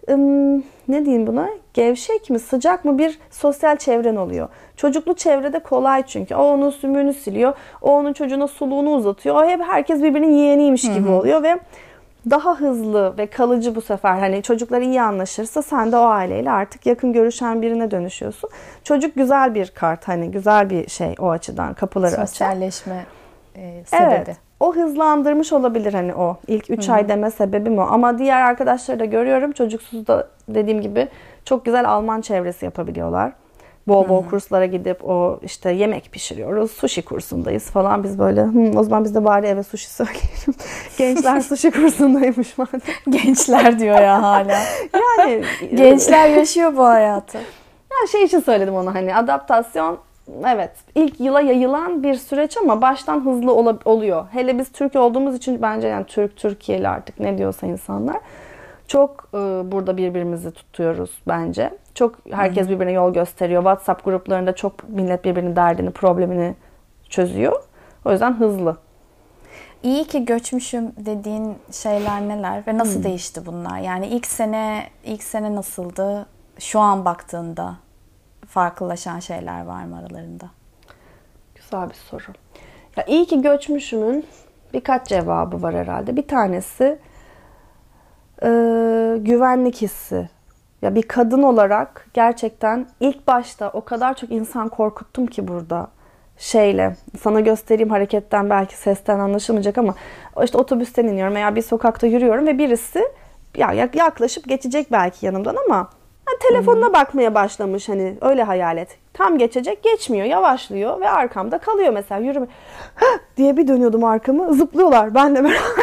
ne diyeyim buna? Gevşek mi, sıcak mı bir sosyal çevren oluyor. Çocuklu çevrede kolay çünkü. O onun sümüğünü siliyor. O onun çocuğuna suluğunu uzatıyor. O hep herkes birbirinin yeğeniymiş gibi oluyor ve daha hızlı ve kalıcı bu sefer. Hani çocuklar iyi anlaşırsa sen de o aileyle artık yakın görüşen birine dönüşüyorsun. Çocuk güzel bir kart, hani güzel bir şey o açıdan, kapıları açar. Sosyalleşme sebebi. Evet. O hızlandırmış olabilir hani o. İlk 3 ay deme sebebim o. Ama diğer arkadaşları da görüyorum. Çocuksuz da dediğim gibi çok güzel Alman çevresi yapabiliyorlar. Bol bol kurslara gidip o işte yemek pişiriyoruz. Sushi kursundayız falan. Biz böyle o zaman biz de bari eve sushi söyleyelim. Gençler sushi kursundaymış madem. Gençler diyor ya hala. Yani gençler yaşıyor bu hayatı. Ya şey için söyledim onu, hani adaptasyon. Evet, ilk yıla yayılan bir süreç ama baştan hızlı oluyor. Hele biz Türk olduğumuz için bence, yani Türkiye'li artık ne diyorsa insanlar, çok burada birbirimizi tutuyoruz bence. Çok herkes birbirine yol gösteriyor. WhatsApp gruplarında çok millet birbirinin derdini, problemini çözüyor. O yüzden hızlı. İyi ki göçmüşüm dediğin şeyler neler ve nasıl değişti bunlar? Yani ilk sene nasıldı? Şu an baktığında farklılaşan şeyler var mı aralarında? Güzel bir soru. Ya iyi ki göçmüşümün birkaç cevabı var herhalde. Bir tanesi güvenlik hissi Ya bir kadın olarak gerçekten ilk başta o kadar çok insan korkuttum ki burada. Şeyle, sana göstereyim hareketten, belki sesten anlaşılmayacak ama işte otobüsten iniyorum veya bir sokakta yürüyorum ve birisi ya yaklaşıp geçecek belki yanımdan ama telefonuna bakmaya başlamış, hani öyle hayal et. Tam geçecek, geçmiyor, yavaşlıyor ve arkamda kalıyor mesela, yürüme diye bir dönüyordum arkamı, zıplıyorlar ben de beraber.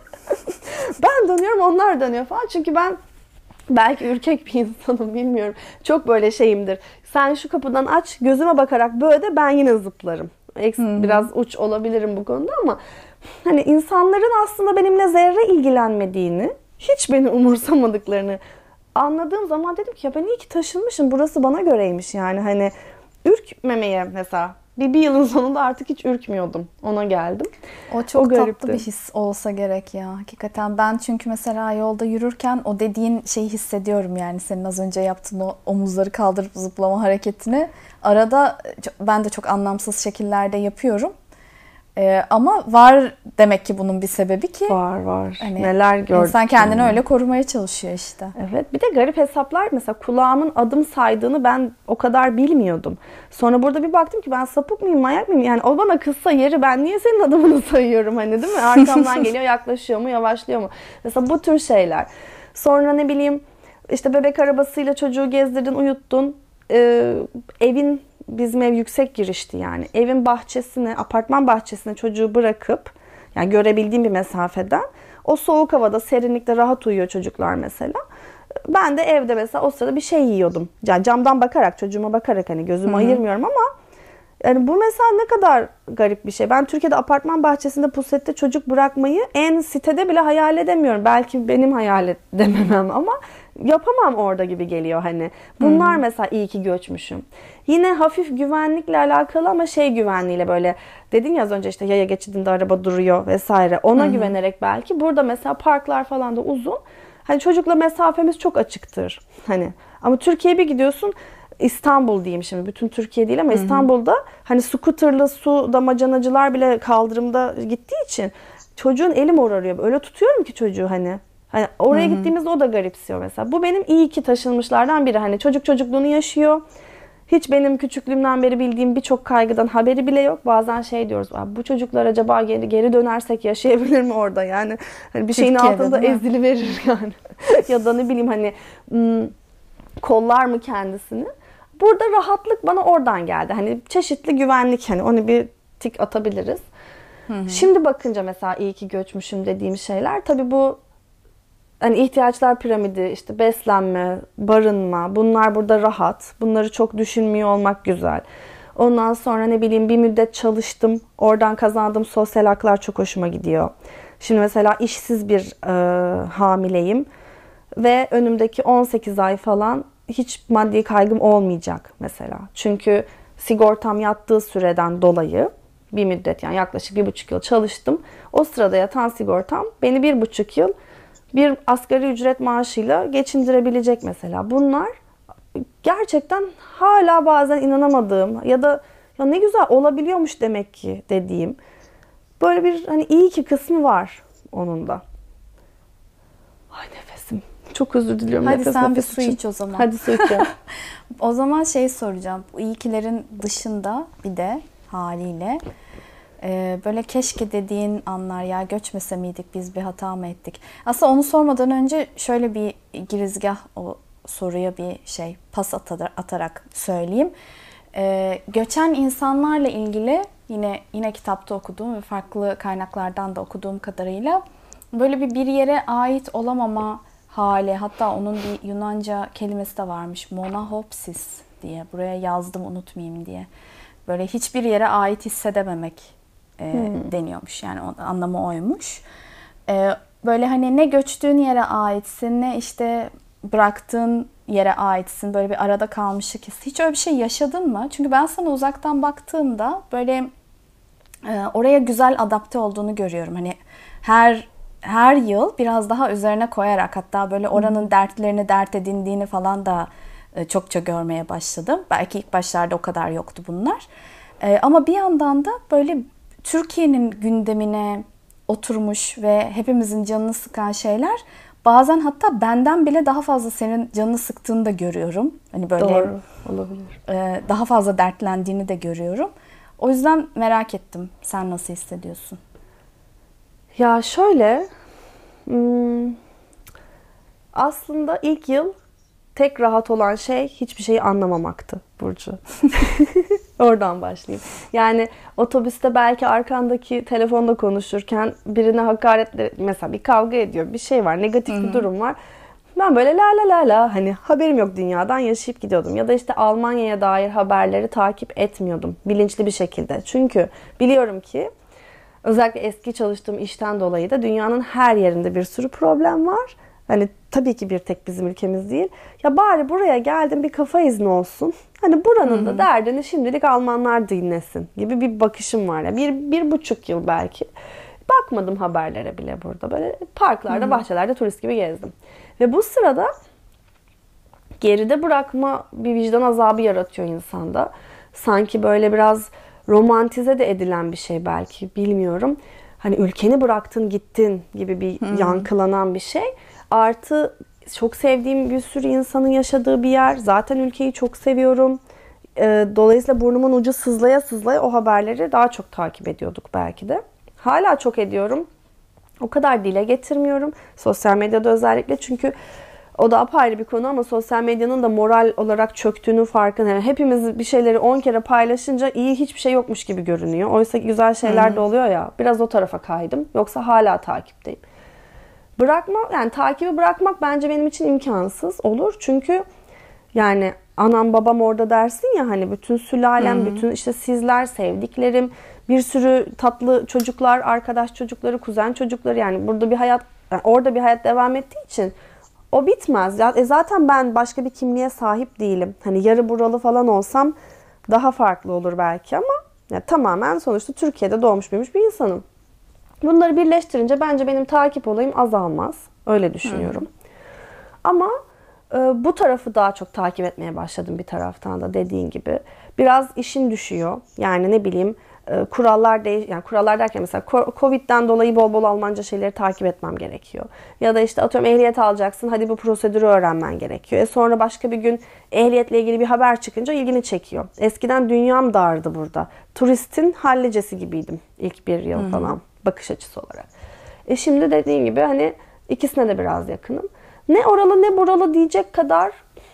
Ben dönüyorum, onlar dönüyor falan, çünkü ben belki ürkek bir insanım, bilmiyorum. Çok böyle şeyimdir. Sen şu kapıdan aç, gözüme bakarak böyle de ben yine zıplarım. Biraz uç olabilirim bu konuda ama hani insanların aslında benimle zerre ilgilenmediğini, hiç beni umursamadıklarını anladığım zaman dedim ki ya ben iyi ki taşınmışım. Burası bana göreymiş yani. Hani ürkmemeye mesela. Bir yılın sonunda artık hiç ürkmüyordum. Ona geldim. O çok tatlı bir his olsa gerek ya. Hakikaten ben çünkü mesela yolda yürürken o dediğin şeyi hissediyorum yani. Senin az önce yaptığın o omuzları kaldırıp zıplama hareketini. Arada ben de çok anlamsız şekillerde yapıyorum. Ama var demek ki bunun bir sebebi ki. Var. Hani neler gördük. İnsan kendini öyle korumaya çalışıyor işte. Evet. Bir de garip hesaplar, mesela kulağımın adım saydığını ben o kadar bilmiyordum. Sonra burada bir baktım ki ben sapık mıyım, manyak mıyım? Yani o bana kızsa yeri, ben niye senin adımını sayıyorum hani, değil mi? Arkamdan geliyor, yaklaşıyor mu, yavaşlıyor mu? Mesela bu tür şeyler. Sonra ne bileyim işte bebek arabasıyla çocuğu gezdirdin, uyuttun. Evin, bizim ev yüksek girişti yani. Evin bahçesine, apartman bahçesine çocuğu bırakıp, yani görebildiğim bir mesafeden, o soğuk havada, serinlikte rahat uyuyor çocuklar mesela. Ben de evde mesela o sırada bir şey yiyordum. Yani camdan bakarak, çocuğuma bakarak, hani gözümü ayırmıyorum ama yani bu mesela ne kadar garip bir şey. Ben Türkiye'de apartman bahçesinde pusette çocuk bırakmayı en sitede bile hayal edemiyorum. Belki benim hayal edememem ama yapamam orada gibi geliyor hani. Bunlar mesela iyi ki göçmüşüm. Yine hafif güvenlikle alakalı ama şey güvenliğiyle, böyle dedin ya az önce işte yaya geçidinde araba duruyor vesaire. Ona güvenerek belki. Burada mesela parklar falan da uzun. Hani çocukla mesafemiz çok açıktır. Hani ama Türkiye'ye bir gidiyorsun, İstanbul diyeyim şimdi, bütün Türkiye değil ama İstanbul'da hani scooterlı su damacanacılar bile kaldırımda gittiği için çocuğun eli morarıyor. Öyle tutuyorum ki çocuğu hani. Hani oraya gittiğimizde o da garipsiyor mesela. Bu benim iyi ki taşınmışlardan biri. Hani çocuk çocukluğunu yaşıyor. Hiç benim küçüklüğümden beri bildiğim birçok kaygıdan haberi bile yok. Bazen şey diyoruz, bu çocuklar acaba geri dönersek yaşayabilir mi orada yani? Hani bir şeyin altında ezili verir yani. Ya da ne bileyim hani kollar mı kendisini? Burada rahatlık bana oradan geldi. Hani çeşitli güvenlik, hani onu bir tik atabiliriz. Şimdi bakınca mesela iyi ki göçmüşüm dediğim şeyler, tabii bu hani ihtiyaçlar piramidi, işte beslenme, barınma, bunlar burada rahat. Bunları çok düşünmüyor olmak güzel. Ondan sonra ne bileyim bir müddet çalıştım. Oradan kazandığım sosyal haklar çok hoşuma gidiyor. Şimdi mesela işsiz bir hamileyim ve önümdeki 18 ay falan hiç maddi kaygım olmayacak mesela. Çünkü sigortam yattığı süreden dolayı bir müddet, yani yaklaşık 1,5 yıl çalıştım. O sırada yatan sigortam beni 1,5 yıl bir asgari ücret maaşıyla geçindirebilecek mesela. Bunlar gerçekten hala bazen inanamadığım ya da ya ne güzel olabiliyormuş demek ki dediğim böyle bir hani iyi ki kısmı var onun da. Ay nefesim. Çok özür diliyorum. Hadi sen bir su iç o zaman. Hadi su içelim. O zaman şey soracağım. Bu iyikilerin dışında bir de haliyle böyle keşke dediğin anlar, ya göçmese miydik, biz bir hata mı ettik? Aslında onu sormadan önce şöyle bir girizgah, o soruya bir şey pas atarak söyleyeyim. Göçen insanlarla ilgili yine kitapta okuduğum ve farklı kaynaklardan da okuduğum kadarıyla böyle bir yere ait olamama hali, hatta onun bir Yunanca kelimesi de varmış, monahopsis diye, buraya yazdım unutmayayım diye. Böyle hiçbir yere ait hissedememek deniyormuş, yani anlamı oymuş. Böyle hani ne göçtüğün yere aitsin, ne işte bıraktığın yere aitsin, böyle bir arada kalmışlık hissi. Hiç öyle bir şey yaşadın mı? Çünkü ben sana uzaktan baktığımda böyle oraya güzel adapte olduğunu görüyorum. Hani her yıl biraz daha üzerine koyarak, hatta böyle oranın dertlerini dert edindiğini falan da çokça görmeye başladım. Belki ilk başlarda o kadar yoktu bunlar. Ama bir yandan da böyle Türkiye'nin gündemine oturmuş ve hepimizin canını sıkan şeyler bazen hatta benden bile daha fazla senin canını sıktığını da görüyorum. Hani böyle Doğru, olabilir. Daha fazla dertlendiğini de görüyorum. O yüzden merak ettim. Sen nasıl hissediyorsun? Ya şöyle, aslında ilk yıl tek rahat olan şey hiçbir şeyi anlamamaktı Burcu. Oradan başlayayım. Yani otobüste belki arkandaki telefonda konuşurken birine hakaretle, mesela bir kavga ediyor, bir şey var, negatif bir durum var. Ben böyle la la la la, hani haberim yok dünyadan, yaşayıp gidiyordum. Ya da işte Almanya'ya dair haberleri takip etmiyordum bilinçli bir şekilde. Çünkü biliyorum ki özellikle eski çalıştığım işten dolayı da dünyanın her yerinde bir sürü problem var. Hani tabii ki bir tek bizim ülkemiz değil. Ya bari buraya geldim, bir kafa izni olsun. Hani buranın da derdini şimdilik Almanlar dinlesin gibi bir bakışım var. Ya bir buçuk yıl belki. Bakmadım haberlere bile burada. Böyle parklarda, bahçelerde turist gibi gezdim. Ve bu sırada geride bırakma bir vicdan azabı yaratıyor insanda. Sanki böyle biraz romantize de edilen bir şey belki, bilmiyorum. Hani ülkeni bıraktın gittin gibi bir yankılanan bir şey. Artı çok sevdiğim bir sürü insanın yaşadığı bir yer. Zaten ülkeyi çok seviyorum. Dolayısıyla burnumun ucu sızlaya sızlaya o haberleri daha çok takip ediyorduk belki de. Hala çok ediyorum. O kadar dile getirmiyorum. Sosyal medyada özellikle, çünkü o da apayrı bir konu ama sosyal medyanın da moral olarak çöktüğünün farkında. Yani hepimiz bir şeyleri 10 kere paylaşınca iyi hiçbir şey yokmuş gibi görünüyor. Oysa güzel şeyler de oluyor ya. Biraz o tarafa kaydım. Yoksa hala takipteyim. Yani takibi bırakmak bence benim için imkansız olur. Çünkü yani anam babam orada dersin ya, hani bütün sülalem, bütün işte sizler, sevdiklerim, bir sürü tatlı çocuklar, arkadaş çocukları, kuzen çocukları, yani burada bir hayat, yani orada bir hayat devam ettiği için o bitmez. Zaten ben başka bir kimliğe sahip değilim. Hani yarı buralı falan olsam daha farklı olur belki ama ya tamamen sonuçta Türkiye'de doğmuş büyümüş bir insanım. Bunları birleştirince bence benim takip olayım azalmaz. Öyle düşünüyorum. Ama bu tarafı daha çok takip etmeye başladım bir taraftan da, dediğin gibi. Biraz işin düşüyor. Yani ne bileyim, kurallar yani kurallar derken mesela Covid'den dolayı bol bol Almanca şeyleri takip etmem gerekiyor. Ya da işte atıyorum ehliyet alacaksın, hadi bu prosedürü öğrenmen gerekiyor. Sonra başka bir gün ehliyetle ilgili bir haber çıkınca ilgini çekiyor. Eskiden dünyam dardı burada. Turistin hallicesi gibiydim ilk bir yıl falan, bakış açısı olarak. Şimdi dediğim gibi hani ikisine de biraz yakınım. Ne oralı ne buralı diyecek kadar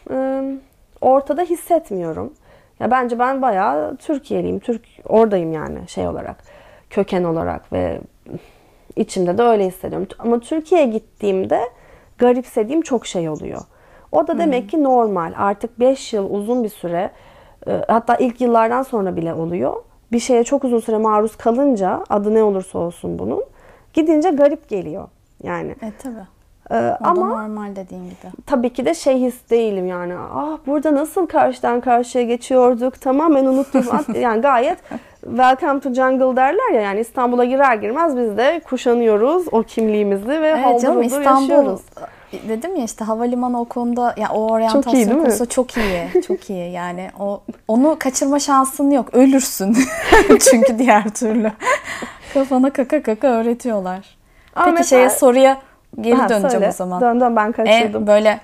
ortada hissetmiyorum. Ya bence ben bayağı Türkiye'liyim. Oradayım yani şey olarak, köken olarak ve içimde de öyle hissediyorum. Ama Türkiye'ye gittiğimde garipsediğim çok şey oluyor. O da demek ki normal. Artık 5 yıl uzun bir süre, hatta ilk yıllardan sonra bile oluyor. Bir şeye çok uzun süre maruz kalınca, adı ne olursa olsun bunun, gidince garip geliyor. Yani. Tabii. Ama normal dediğin gibi. Tabii ki de his değilim yani. Burada nasıl karşıdan karşıya geçiyorduk, tamamen unuttum. Yani gayet welcome to jungle derler ya, yani İstanbul'a girer girmez biz de kuşanıyoruz o kimliğimizi ve haldır huldur yaşıyoruz. Dedim ya işte havalimanı o konuda, yani o oryantasyon konusu çok iyi. Çok iyi yani, onu kaçırma şansın yok. Ölürsün. Çünkü diğer türlü. Kafana kaka kaka öğretiyorlar. Peki mesela, soruya geri döneceğim söyle. O zaman. Dön ben kaçırdım. Böyle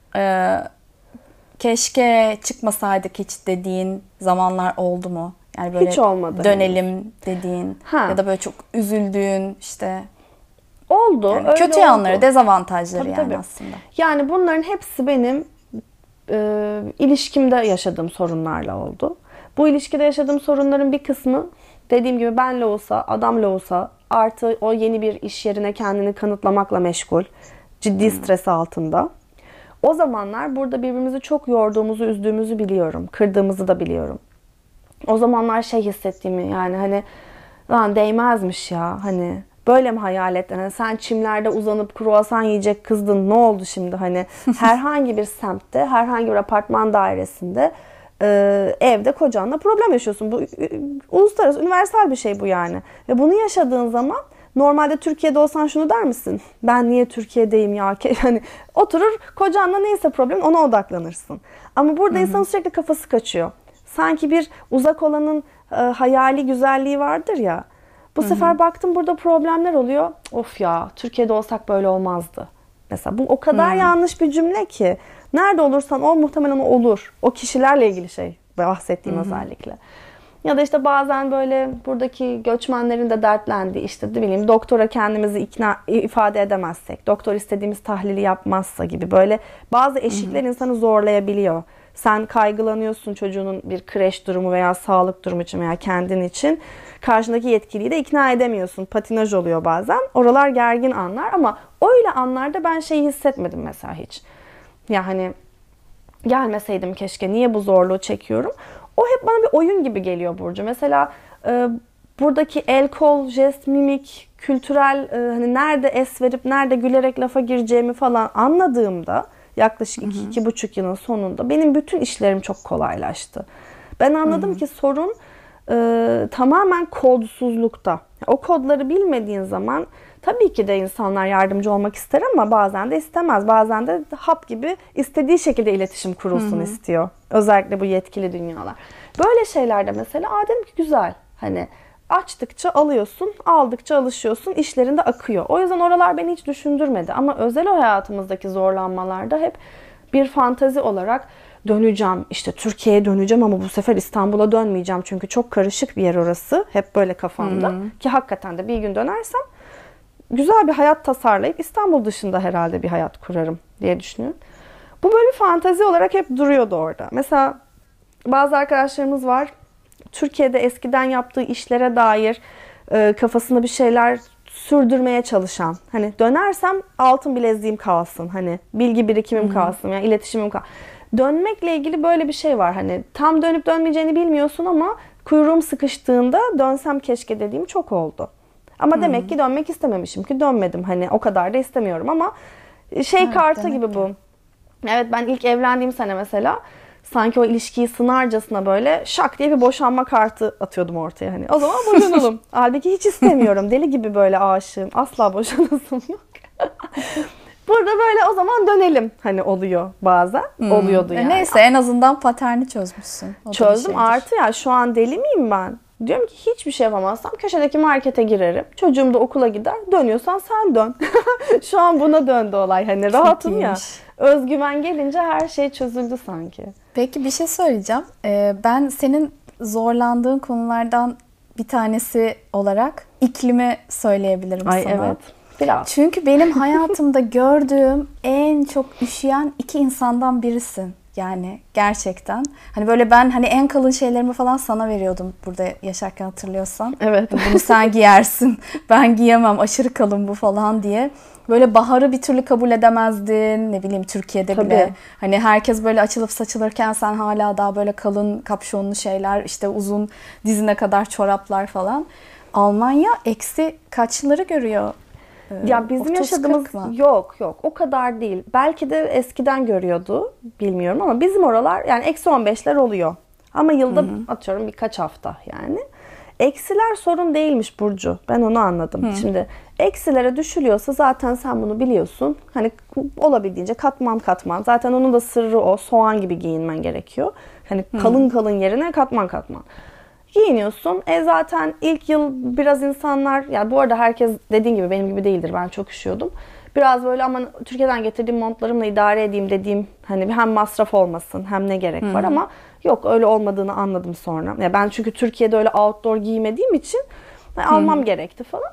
keşke çıkmasaydık hiç dediğin zamanlar oldu mu? Yani böyle hiç olmadı. Dönelim dediğin ya da böyle çok üzüldüğün işte. Oldu. Yani kötü yanları, dezavantajları tabii. Aslında. Yani bunların hepsi benim ilişkimde yaşadığım sorunlarla oldu. Bu ilişkide yaşadığım sorunların bir kısmı, dediğim gibi, benle olsa, adamla olsa, artı o yeni bir iş yerine kendini kanıtlamakla meşgul, ciddi stres altında. O zamanlar burada birbirimizi çok yorduğumuzu, üzdüğümüzü biliyorum. Kırdığımızı da biliyorum. O zamanlar hissettiğimi, yani hani lan değmezmiş ya, hani böyle mi hayal ettin? Hani sen çimlerde uzanıp kruvasan yiyecek kızdın, ne oldu şimdi? Hani herhangi bir semtte, herhangi bir apartman dairesinde, evde kocanla problem yaşıyorsun. Bu uluslararası, universal bir şey bu yani. Ve bunu yaşadığın zaman normalde Türkiye'de olsan şunu der misin? Ben niye Türkiye'deyim ya? Yani oturur kocanla neyse problem, ona odaklanırsın. Ama burada insanın sürekli kafası kaçıyor. Sanki bir uzak olanın hayali güzelliği vardır ya. Bu sefer baktım burada problemler oluyor. Of ya, Türkiye'de olsak böyle olmazdı. Mesela bu o kadar yanlış bir cümle ki. Nerede olursan ol muhtemelen olur. O kişilerle ilgili şey bahsettiğim özellikle. Ya da işte bazen böyle buradaki göçmenlerin de dertlendiği işte ne bileyim doktora kendimizi ifade edemezsek, doktor istediğimiz tahlili yapmazsa gibi böyle bazı eşikler insanı zorlayabiliyor. Sen kaygılanıyorsun çocuğunun bir kreş durumu veya sağlık durumu için veya kendin için. Karşındaki yetkiliyi de ikna edemiyorsun. Patinaj oluyor bazen. Oralar gergin anlar ama öyle anlarda ben şeyi hissetmedim mesela hiç. Yani gelmeseydim keşke, niye bu zorluğu çekiyorum? O hep bana bir oyun gibi geliyor Burcu. Mesela buradaki el, kol, jest, mimik, kültürel hani nerede es verip nerede gülerek lafa gireceğimi falan anladığımda yaklaşık 2-2,5 yılın sonunda benim bütün işlerim çok kolaylaştı. Ben anladım ki sorun tamamen kodsuzlukta. O kodları bilmediğin zaman tabii ki de insanlar yardımcı olmak ister ama bazen de istemez. Bazen de hap gibi istediği şekilde iletişim kurulsun istiyor. Özellikle bu yetkili dünyalar. Böyle şeylerde mesela dedim ki güzel. Hani açtıkça alıyorsun, aldıkça alışıyorsun, işlerinde akıyor. O yüzden oralar beni hiç düşündürmedi. Ama özel hayatımızdaki zorlanmalarda hep bir fantazi olarak döneceğim. İşte Türkiye'ye döneceğim ama bu sefer İstanbul'a dönmeyeceğim. Çünkü çok karışık bir yer orası. Hep böyle kafamda. Ki hakikaten de bir gün dönersem güzel bir hayat tasarlayıp İstanbul dışında herhalde bir hayat kurarım diye düşünüyorum. Bu böyle bir fantazi olarak hep duruyordu orada. Mesela bazı arkadaşlarımız var. Türkiye'de eskiden yaptığı işlere dair kafasında bir şeyler sürdürmeye çalışan. Hani dönersem altın bileziğim kalsın. Hani bilgi birikimim kalsın. Yani iletişimim kalsın. Dönmekle ilgili böyle bir şey var. Hani tam dönüp dönmeyeceğini bilmiyorsun ama kuyruğum sıkıştığında dönsem keşke dediğim çok oldu. Ama demek ki dönmek istememişim ki dönmedim. Hani o kadar da istemiyorum ama kartı gibi bu. Evet, ben ilk evlendiğim sene mesela sanki o ilişkiyi sınarcasına böyle şak diye bir boşanma kartı atıyordum ortaya. Hani o zaman boşanalım. Halbuki hiç istemiyorum. Deli gibi böyle aşığım. Asla boşanasım yok. Burada böyle o zaman dönelim hani oluyor bazen. Oluyordu yani. Neyse en azından paterni çözmüşsün. Çözdüm artı ya şu an deli miyim ben? Diyorum ki hiçbir şey yapamazsam köşedeki markete girerim. Çocuğum da okula gider. Dönüyorsan sen dön. Şu an buna döndü olay. Hani rahatım ya. Özgüven gelince her şey çözüldü sanki. Peki bir şey söyleyeceğim. Ben senin zorlandığın konulardan bir tanesi olarak iklimi söyleyebilirim sana. Evet. Biraz. Çünkü benim hayatımda gördüğüm en çok üşüyen iki insandan birisin. Yani gerçekten. Hani böyle ben hani en kalın şeylerimi falan sana veriyordum burada yaşarken hatırlıyorsan. Evet. Bunu sen giyersin. Ben giyemem. Aşırı kalın bu falan diye. Böyle baharı bir türlü kabul edemezdin. Ne bileyim Türkiye'de Tabii. bile. Hani herkes böyle açılıp saçılırken sen hala daha böyle kalın kapşonlu şeyler, işte uzun dizine kadar çoraplar falan. Almanya eksi kaçları görüyor? Ya bizim yaşadığımız yok o kadar değil. Belki de eskiden görüyordu bilmiyorum ama bizim oralar yani eksi 15'ler oluyor. Ama yılda atıyorum birkaç hafta yani. Eksiler sorun değilmiş Burcu. Ben onu anladım. Şimdi eksilere düşülüyorsa zaten sen bunu biliyorsun. Hani olabildiğince katman katman. Zaten onun da sırrı o. Soğan gibi giyinmen gerekiyor. Hani kalın kalın yerine katman katman. Giyiniyorsun. Zaten ilk yıl biraz insanlar, yani bu arada herkes dediğin gibi benim gibi değildir. Ben çok üşüyordum. Biraz böyle aman Türkiye'den getirdiğim montlarımla idare edeyim dediğim, hani hem masraf olmasın hem ne gerek var ama yok öyle olmadığını anladım sonra. Ya ben çünkü Türkiye'de öyle outdoor giymediğim için almam gerekti falan.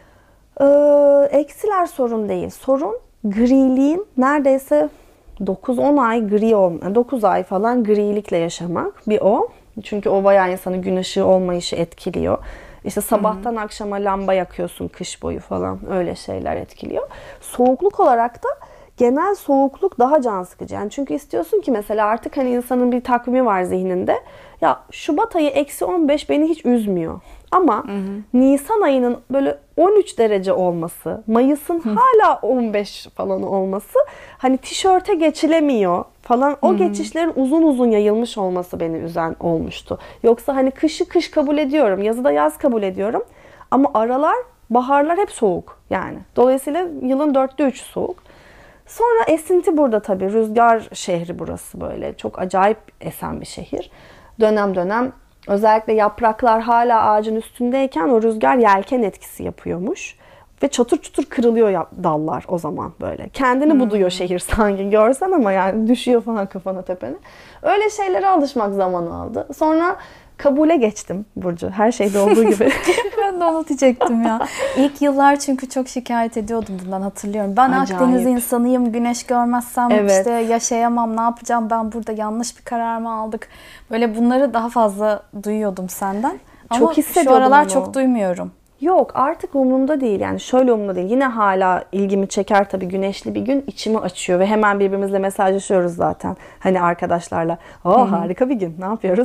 Eksiler sorun değil. Sorun griliğin neredeyse 9-10 ay gri olma, 9 ay falan grilikle yaşamak bir o. Çünkü o bayağı insanı gün ışığı olmayışı etkiliyor. İşte sabahtan akşama lamba yakıyorsun kış boyu falan, öyle şeyler etkiliyor. Soğukluk olarak da genel soğukluk daha can sıkıcı. Yani çünkü istiyorsun ki mesela artık hani insanın bir takvimi var zihninde. Ya Şubat ayı eksi 15 beni hiç üzmüyor. Ama Nisan ayının böyle 13 derece olması, Mayıs'ın hala 15 falan olması, hani tişörte geçilemiyor falan, o geçişlerin uzun uzun yayılmış olması beni üzen olmuştu. Yoksa hani kışı kış kabul ediyorum, yazı da yaz kabul ediyorum. Ama aralar, baharlar hep soğuk yani. Dolayısıyla yılın 3'ü soğuk. Sonra esinti burada tabii. Rüzgar şehri burası böyle. Çok acayip esen bir şehir. Dönem dönem özellikle yapraklar hala ağacın üstündeyken o rüzgar yelken etkisi yapıyormuş. Ve çatır çutur kırılıyor dallar o zaman böyle. Kendini buduyor şehir sanki görsen ama yani düşüyor falan kafana tepene. Öyle şeylere alışmak zaman aldı. Sonra kabule geçtim Burcu. Her şeyde olduğu gibi. Ben de onu diyecektim ya. İlk yıllar çünkü çok şikayet ediyordum bundan, hatırlıyorum. Ben Acayip. Akdeniz insanıyım. Güneş görmezsem Evet. işte yaşayamam. Ne yapacağım? Ben burada yanlış bir karar mı aldık? Böyle bunları daha fazla duyuyordum senden. Ama Çok şu hissediyordum aralar onu. çok duymuyorum. Yok artık umurumda değil yani şöyle umurumda değil. Yine hala ilgimi çeker tabii güneşli bir gün içimi açıyor ve hemen birbirimizle mesajlaşıyoruz zaten. Hani arkadaşlarla. Harika bir gün ne yapıyoruz?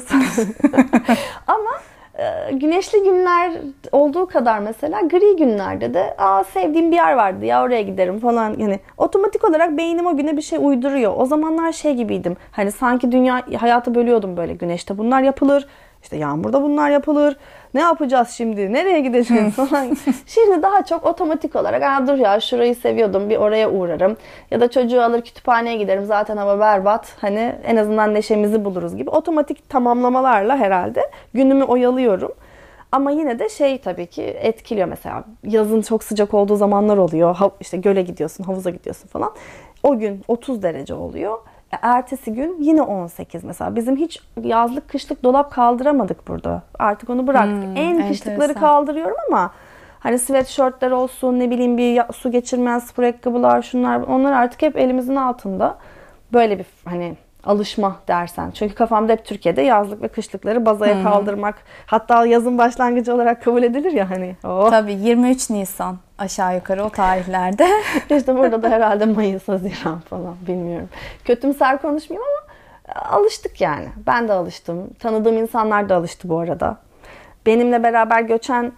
Ama güneşli günler olduğu kadar mesela gri günlerde de sevdiğim bir yer vardı ya oraya giderim falan. Yani otomatik olarak beynim o güne bir şey uyduruyor. O zamanlar şey gibiydim. Hani sanki hayatı bölüyordum böyle. Güneşte bunlar yapılır. İşte yağmurda bunlar yapılır. Ne yapacağız şimdi? Nereye gideceğiz falan. Şimdi daha çok otomatik olarak dur ya şurayı seviyordum bir oraya uğrarım. Ya da çocuğu alır kütüphaneye giderim. Zaten hava berbat. Hani en azından neşemizi buluruz gibi. Otomatik tamamlamalarla herhalde günümü oyalıyorum. Ama yine de tabii ki etkiliyor mesela. Yazın çok sıcak olduğu zamanlar oluyor. İşte göle gidiyorsun, havuza gidiyorsun falan. O gün 30 derece oluyor. Ertesi gün yine 18 mesela. Bizim hiç yazlık kışlık dolap kaldıramadık burada. Artık onu bıraktık. En kışlıkları kaldırıyorum ama hani sweatshirtler olsun ne bileyim bir su geçirmez spor ayakkabılar şunlar onlar artık hep elimizin altında. Böyle bir hani alışma dersen. Çünkü kafamda hep Türkiye'de yazlık ve kışlıkları bazaya kaldırmak. Hatta yazın başlangıcı olarak kabul edilir ya hani. Tabii 23 Nisan aşağı yukarı o tarihlerde. İşte burada da herhalde Mayıs, Haziran falan bilmiyorum. Kötümser konuşmayayım ama alıştık yani. Ben de alıştım. Tanıdığım insanlar da alıştı bu arada. Benimle beraber göçen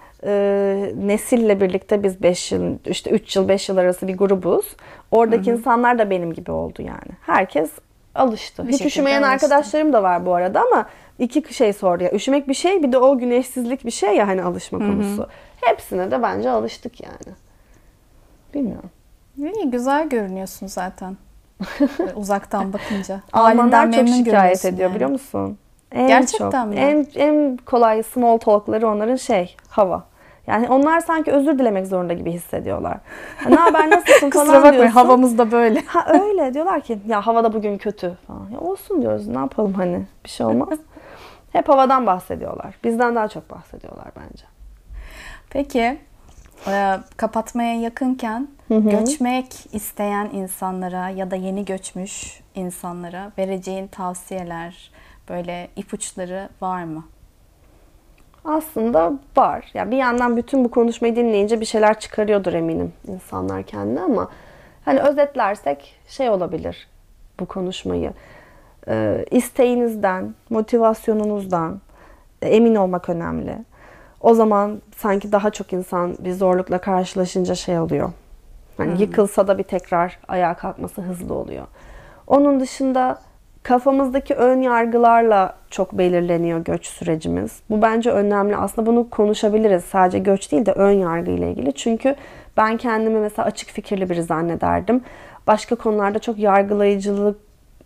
nesille birlikte biz 5 yıl, işte 3 yıl 5 yıl arası bir grubuz. Oradaki insanlar da benim gibi oldu yani. Herkes alıştı. Hiç üşümeyen arkadaşlarım da var bu arada ama iki şey sordu ya. Üşümek bir şey bir de o güneşsizlik bir şey ya hani alışma konusu. Hepsine de bence alıştık yani. Bilmiyorum. İyi, güzel görünüyorsun zaten. Uzaktan bakınca. Almanlar çok şikayet ediyor biliyor musun? Gerçekten mi? En kolay small talk'ları onların hava. Yani onlar sanki özür dilemek zorunda gibi hissediyorlar. Ne haber nasılsın falan Kusura bakmayın diyorsun. havamız da böyle. Öyle diyorlar ki ya havada bugün kötü falan. Ya olsun diyoruz ne yapalım hani bir şey olmaz. Hep havadan bahsediyorlar. Bizden daha çok bahsediyorlar bence. Peki kapatmaya yakınken göçmek isteyen insanlara ya da yeni göçmüş insanlara vereceğin tavsiyeler, böyle ipuçları var mı? Aslında var. Ya bir yandan bütün bu konuşmayı dinleyince bir şeyler çıkarıyordur eminim insanlar kendine ama hani özetlersek olabilir bu konuşmayı. İsteğinizden, motivasyonunuzdan emin olmak önemli. O zaman sanki daha çok insan bir zorlukla karşılaşınca oluyor. Hani yıkılsa da bir tekrar ayağa kalkması hızlı oluyor. Onun dışında kafamızdaki ön yargılarla çok belirleniyor göç sürecimiz. Bu bence önemli. Aslında bunu konuşabiliriz. Sadece göç değil de ön yargı ile ilgili. Çünkü ben kendimi mesela açık fikirli biri zannederdim. Başka konularda çok yargılayıcılık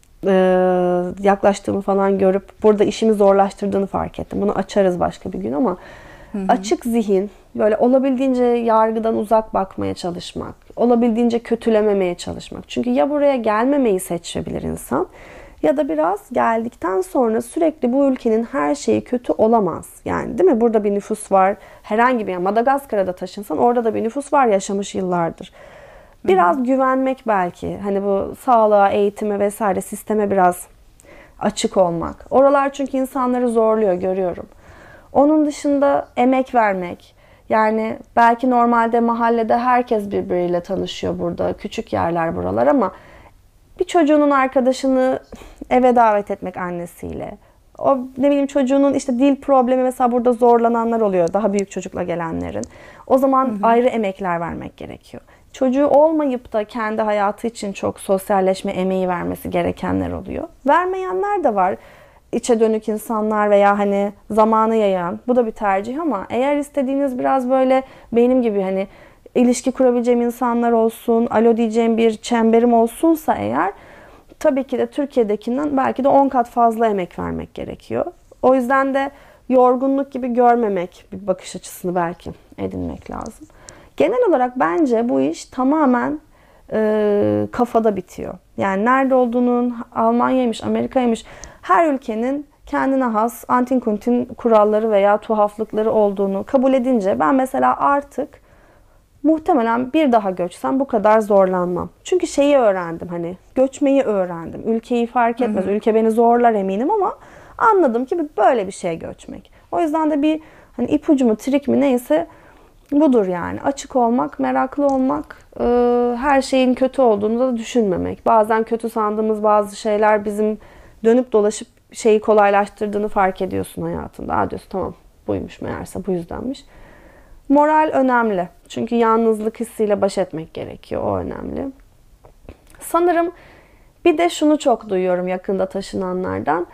yaklaştığımı falan görüp burada işimi zorlaştırdığını fark ettim. Bunu açarız başka bir gün ama açık zihin, böyle olabildiğince yargıdan uzak bakmaya çalışmak, olabildiğince kötülememeye çalışmak. Çünkü ya buraya gelmemeyi seçebilir insan ya da biraz geldikten sonra sürekli bu ülkenin her şeyi kötü olamaz. Yani değil mi? Burada bir nüfus var. Herhangi bir Madagaskar'a da taşınsan orada da bir nüfus var yaşamış yıllardır. Biraz güvenmek belki. Hani bu sağlığa, eğitime vesaire sisteme biraz açık olmak. Oralar çünkü insanları zorluyor, görüyorum. Onun dışında emek vermek. Yani belki normalde mahallede herkes birbiriyle tanışıyor burada. Küçük yerler buralar ama bir çocuğunun arkadaşını eve davet etmek annesiyle. O ne bileyim çocuğunun işte dil problemi mesela burada zorlananlar oluyor. Daha büyük çocukla gelenlerin. O zaman ayrı emekler vermek gerekiyor. Çocuğu olmayıp da kendi hayatı için çok sosyalleşme emeği vermesi gerekenler oluyor. Vermeyenler de var. İçe dönük insanlar veya hani zamanı yayan. Bu da bir tercih ama eğer istediğiniz biraz böyle benim gibi hani ilişki kurabileceğim insanlar olsun, alo diyeceğim bir çemberim olsunsa eğer tabii ki de Türkiye'dekinden belki de 10 kat fazla emek vermek gerekiyor. O yüzden de yorgunluk gibi görmemek bir bakış açısını belki edinmek lazım. Genel olarak bence bu iş tamamen kafada bitiyor. Yani nerede olduğunun, Almanya'ymış, Amerika'ymış, her ülkenin kendine has antin kuntin kuralları veya tuhaflıkları olduğunu kabul edince ben mesela artık muhtemelen bir daha göçsem bu kadar zorlanmam. Çünkü şeyi öğrendim, hani göçmeyi öğrendim. Ülkeyi fark etmez. Ülke beni zorlar eminim ama anladım ki böyle bir şey göçmek. O yüzden de bir hani ipucu mu, trik mi neyse budur yani. Açık olmak, meraklı olmak, her şeyin kötü olduğunu da düşünmemek. Bazen kötü sandığımız bazı şeyler bizim dönüp dolaşıp şeyi kolaylaştırdığını fark ediyorsun hayatında. Aa diyorsun, tamam buymuş meğerse, bu yüzdenmiş. Moral önemli. Çünkü yalnızlık hissiyle baş etmek gerekiyor. O önemli. Sanırım bir de şunu çok duyuyorum yakında taşınanlardan.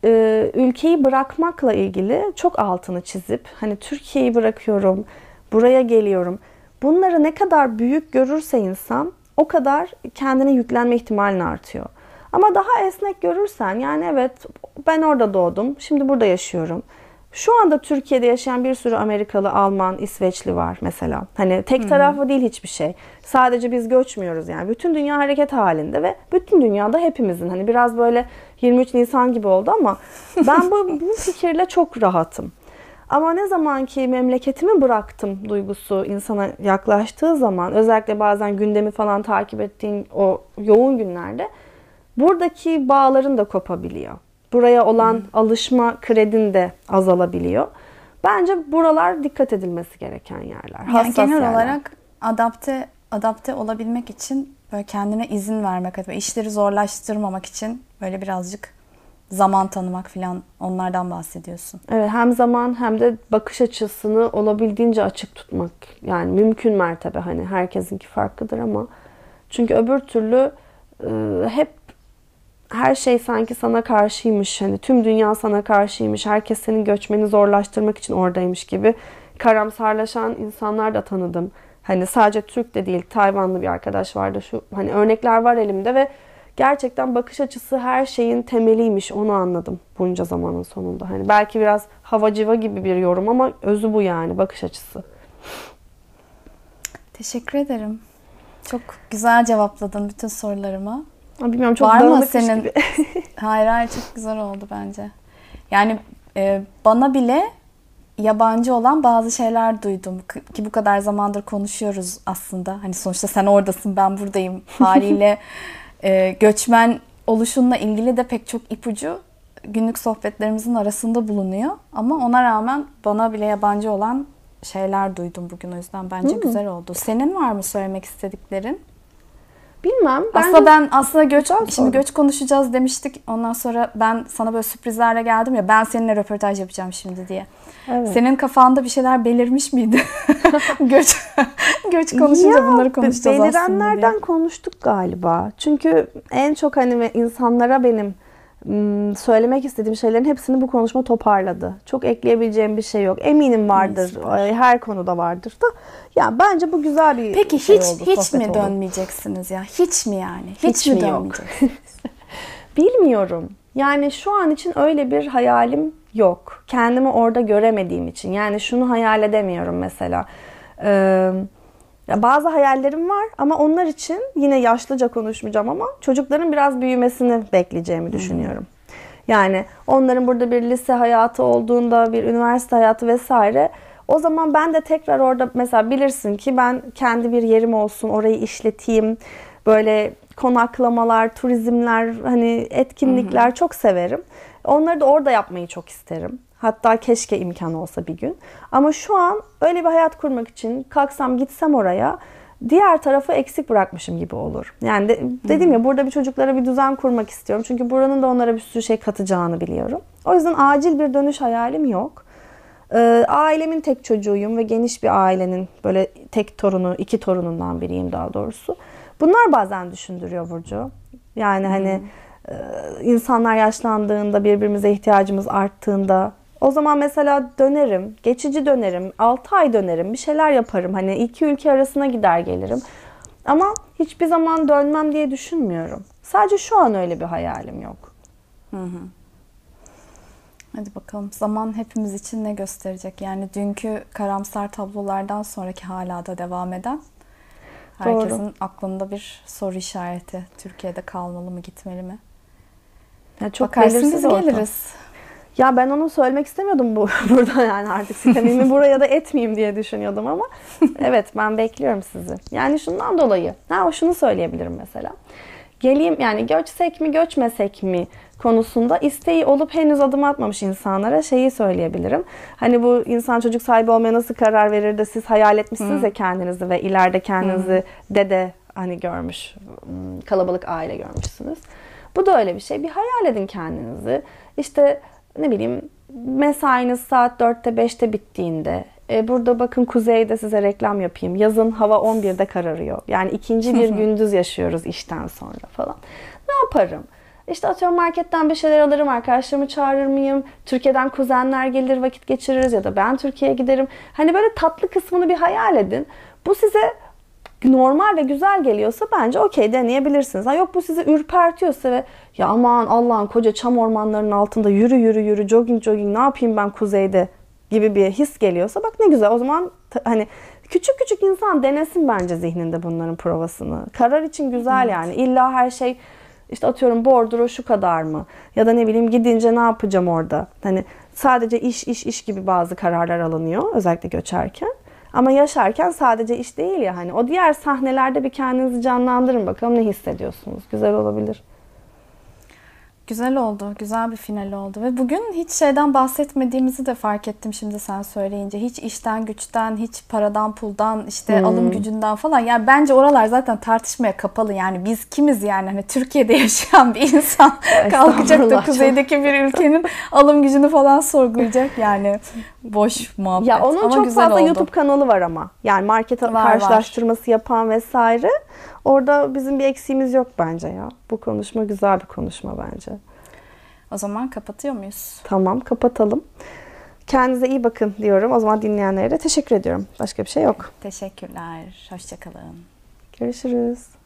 Ülkeyi bırakmakla ilgili çok altını çizip hani Türkiye'yi bırakıyorum, buraya geliyorum. Bunları ne kadar büyük görürse insan o kadar kendine yüklenme ihtimalin artıyor. Ama daha esnek görürsen, yani evet ben orada doğdum, şimdi burada yaşıyorum. Şu anda Türkiye'de yaşayan bir sürü Amerikalı, Alman, İsveçli var mesela. Hani tek taraflı değil hiçbir şey. Sadece biz göçmüyoruz yani. Bütün dünya hareket halinde ve bütün dünyada hepimizin, hani biraz böyle 23 Nisan gibi oldu ama ben bu fikirle çok rahatım. Ama ne zaman ki memleketimi bıraktım duygusu insana yaklaştığı zaman, özellikle bazen gündemi falan takip ettiğin o yoğun günlerde buradaki bağların da kopabiliyor. Buraya olan alışma kredin de azalabiliyor. Bence buralar dikkat edilmesi gereken yerler. Yani genel yerler. olarak adapte olabilmek için böyle kendine izin vermek ve işleri zorlaştırmamak için böyle birazcık zaman tanımak falan, onlardan bahsediyorsun. Evet, hem zaman hem de bakış açısını olabildiğince açık tutmak. Yani mümkün mertebe, hani herkesinki farklıdır ama çünkü öbür türlü hep her şey sanki sana karşıymış, hani tüm dünya sana karşıymış, herkes senin göçmeni zorlaştırmak için oradaymış gibi karamsarlaşan insanlar da tanıdım. Hani sadece Türk de değil, Tayvanlı bir arkadaş vardı, şu hani örnekler var elimde ve gerçekten bakış açısı her şeyin temeliymiş, onu anladım bunca zamanın sonunda. Hani belki biraz havacıva gibi bir yorum ama özü bu yani, bakış açısı. Teşekkür ederim. Çok güzel cevapladın bütün sorularımı. Bilmiyorum, çok var mı dağınıkmış senin gibi. Hayır, çok güzel oldu bence. Yani bana bile yabancı olan bazı şeyler duydum ki bu kadar zamandır konuşuyoruz aslında. Hani sonuçta sen oradasın, ben buradayım haliyle. Göçmen oluşunla ilgili de pek çok ipucu günlük sohbetlerimizin arasında bulunuyor. Ama ona rağmen bana bile yabancı olan şeyler duydum bugün, o yüzden bence güzel oldu. Senin var mı söylemek istediklerin? Bilmem. Şimdi göç konuşacağız demiştik. Ondan sonra ben sana böyle sürprizlerle geldim ya, ben seninle röportaj yapacağım şimdi diye. Evet. Senin kafanda bir şeyler belirmiş miydi? göç konuşunca bunları konuşacağız aslında diye. Belirenlerden konuştuk galiba. Çünkü en çok hani insanlara benim söylemek istediğim şeylerin hepsini bu konuşma toparladı. Çok ekleyebileceğim bir şey yok. Eminim vardır. Her konuda vardır da. Ya bence bu güzel bir Peki, şey oldu. Hiç mi dönmeyeceksiniz ya? Hiç mi yani? Hiç mi dönmeyeceksiniz? Bilmiyorum. Yani şu an için öyle bir hayalim yok. Kendimi orada göremediğim için. Yani şunu hayal edemiyorum mesela. Bazı hayallerim var ama onlar için yine yaşlıca konuşmayacağım ama çocukların biraz büyümesini bekleyeceğimi düşünüyorum. Yani onların burada bir lise hayatı olduğunda, bir üniversite hayatı vesaire, o zaman ben de tekrar orada mesela, bilirsin ki ben kendi bir yerim olsun, orayı işleteyim. Böyle konaklamalar, turizmler, hani etkinlikler çok severim. Onları da orada yapmayı çok isterim. Hatta keşke imkan olsa bir gün. Ama şu an öyle bir hayat kurmak için kalksam gitsem oraya, diğer tarafı eksik bırakmışım gibi olur. Yani dedim ya, burada bir çocuklara bir düzen kurmak istiyorum. Çünkü buranın da onlara bir sürü şey katacağını biliyorum. O yüzden acil bir dönüş hayalim yok. Ailemin tek çocuğuyum ve geniş bir ailenin böyle tek torunu, 2 torunundan biriyim daha doğrusu. Bunlar bazen düşündürüyor Burcu. Yani hani insanlar yaşlandığında, birbirimize ihtiyacımız arttığında, o zaman mesela dönerim, geçici dönerim, 6 ay dönerim, bir şeyler yaparım. Hani 2 ülke arasına gider gelirim. Ama hiçbir zaman dönmem diye düşünmüyorum. Sadece şu an öyle bir hayalim yok. Hadi bakalım. Zaman hepimiz için ne gösterecek? Yani dünkü karamsar tablolardan sonraki hala da devam eden herkesin Doğru. aklında bir soru işareti. Türkiye'de kalmalı mı, gitmeli mi? Ya çok Bakarsın belirsiz biz ortam. geliriz. Ya ben onu söylemek istemiyordum burada, yani artık sitemimi buraya da etmeyeyim diye düşünüyordum ama evet, ben bekliyorum sizi. Yani şundan dolayı, şunu söyleyebilirim mesela. Geleyim, yani göçsek mi göçmesek mi konusunda isteği olup henüz adım atmamış insanlara şeyi söyleyebilirim. Hani bu insan çocuk sahibi olmaya nasıl karar verir de siz hayal etmişsiniz ya kendinizi ve ileride kendinizi dede hani görmüş, kalabalık aile görmüşsünüz. Bu da öyle bir şey. Bir hayal edin kendinizi. İşte ne bileyim, mesainiz saat 4'te 5'te bittiğinde, burada bakın kuzeyde size reklam yapayım. Yazın hava 11'de kararıyor. Yani ikinci bir gündüz yaşıyoruz işten sonra falan. Ne yaparım? İşte atıyorum marketten bir şeyler alırım, arkadaşlarımı çağırır mıyım? Türkiye'den kuzenler gelir, vakit geçiririz ya da ben Türkiye'ye giderim. Hani böyle tatlı kısmını bir hayal edin. Bu size normal ve güzel geliyorsa bence okey, deneyebilirsiniz. Ha yok, bu sizi ürpertiyorsa ve ya aman Allah'ın koca çam ormanlarının altında yürü yürü yürü, jogging ne yapayım ben kuzeyde gibi bir his geliyorsa, bak ne güzel, o zaman hani küçük küçük insan denesin bence zihninde bunların provasını. Karar için güzel yani. İlla her şey işte atıyorum bordro şu kadar mı? Ya da ne bileyim gidince ne yapacağım orada? Hani sadece iş gibi bazı kararlar alınıyor özellikle göçerken. Ama yaşarken sadece iş değil ya, hani o diğer sahnelerde bir kendinizi canlandırın, bakalım ne hissediyorsunuz. Güzel olabilir. Güzel oldu. Güzel bir final oldu. Ve bugün hiç şeyden bahsetmediğimizi de fark ettim şimdi sen söyleyince. Hiç işten güçten, hiç paradan puldan, işte alım gücünden falan. Yani bence oralar zaten tartışmaya kapalı. Yani biz kimiz yani? Hani Türkiye'de yaşayan bir insan kalkacak da kuzeydeki bir ülkenin alım gücünü falan sorgulayacak. Yani boş muhabbet. Ya onun ama çok güzel fazla oldu. YouTube kanalı var ama. Yani market karşılaştırması yapan vesaire. Orada bizim bir eksiğimiz yok bence ya. Bu konuşma güzel bir konuşma bence. O zaman kapatıyor muyuz? Tamam, kapatalım. Kendinize iyi bakın diyorum. O zaman dinleyenlere de teşekkür ediyorum. Başka bir şey yok. Teşekkürler. Hoşça kalın. Görüşürüz.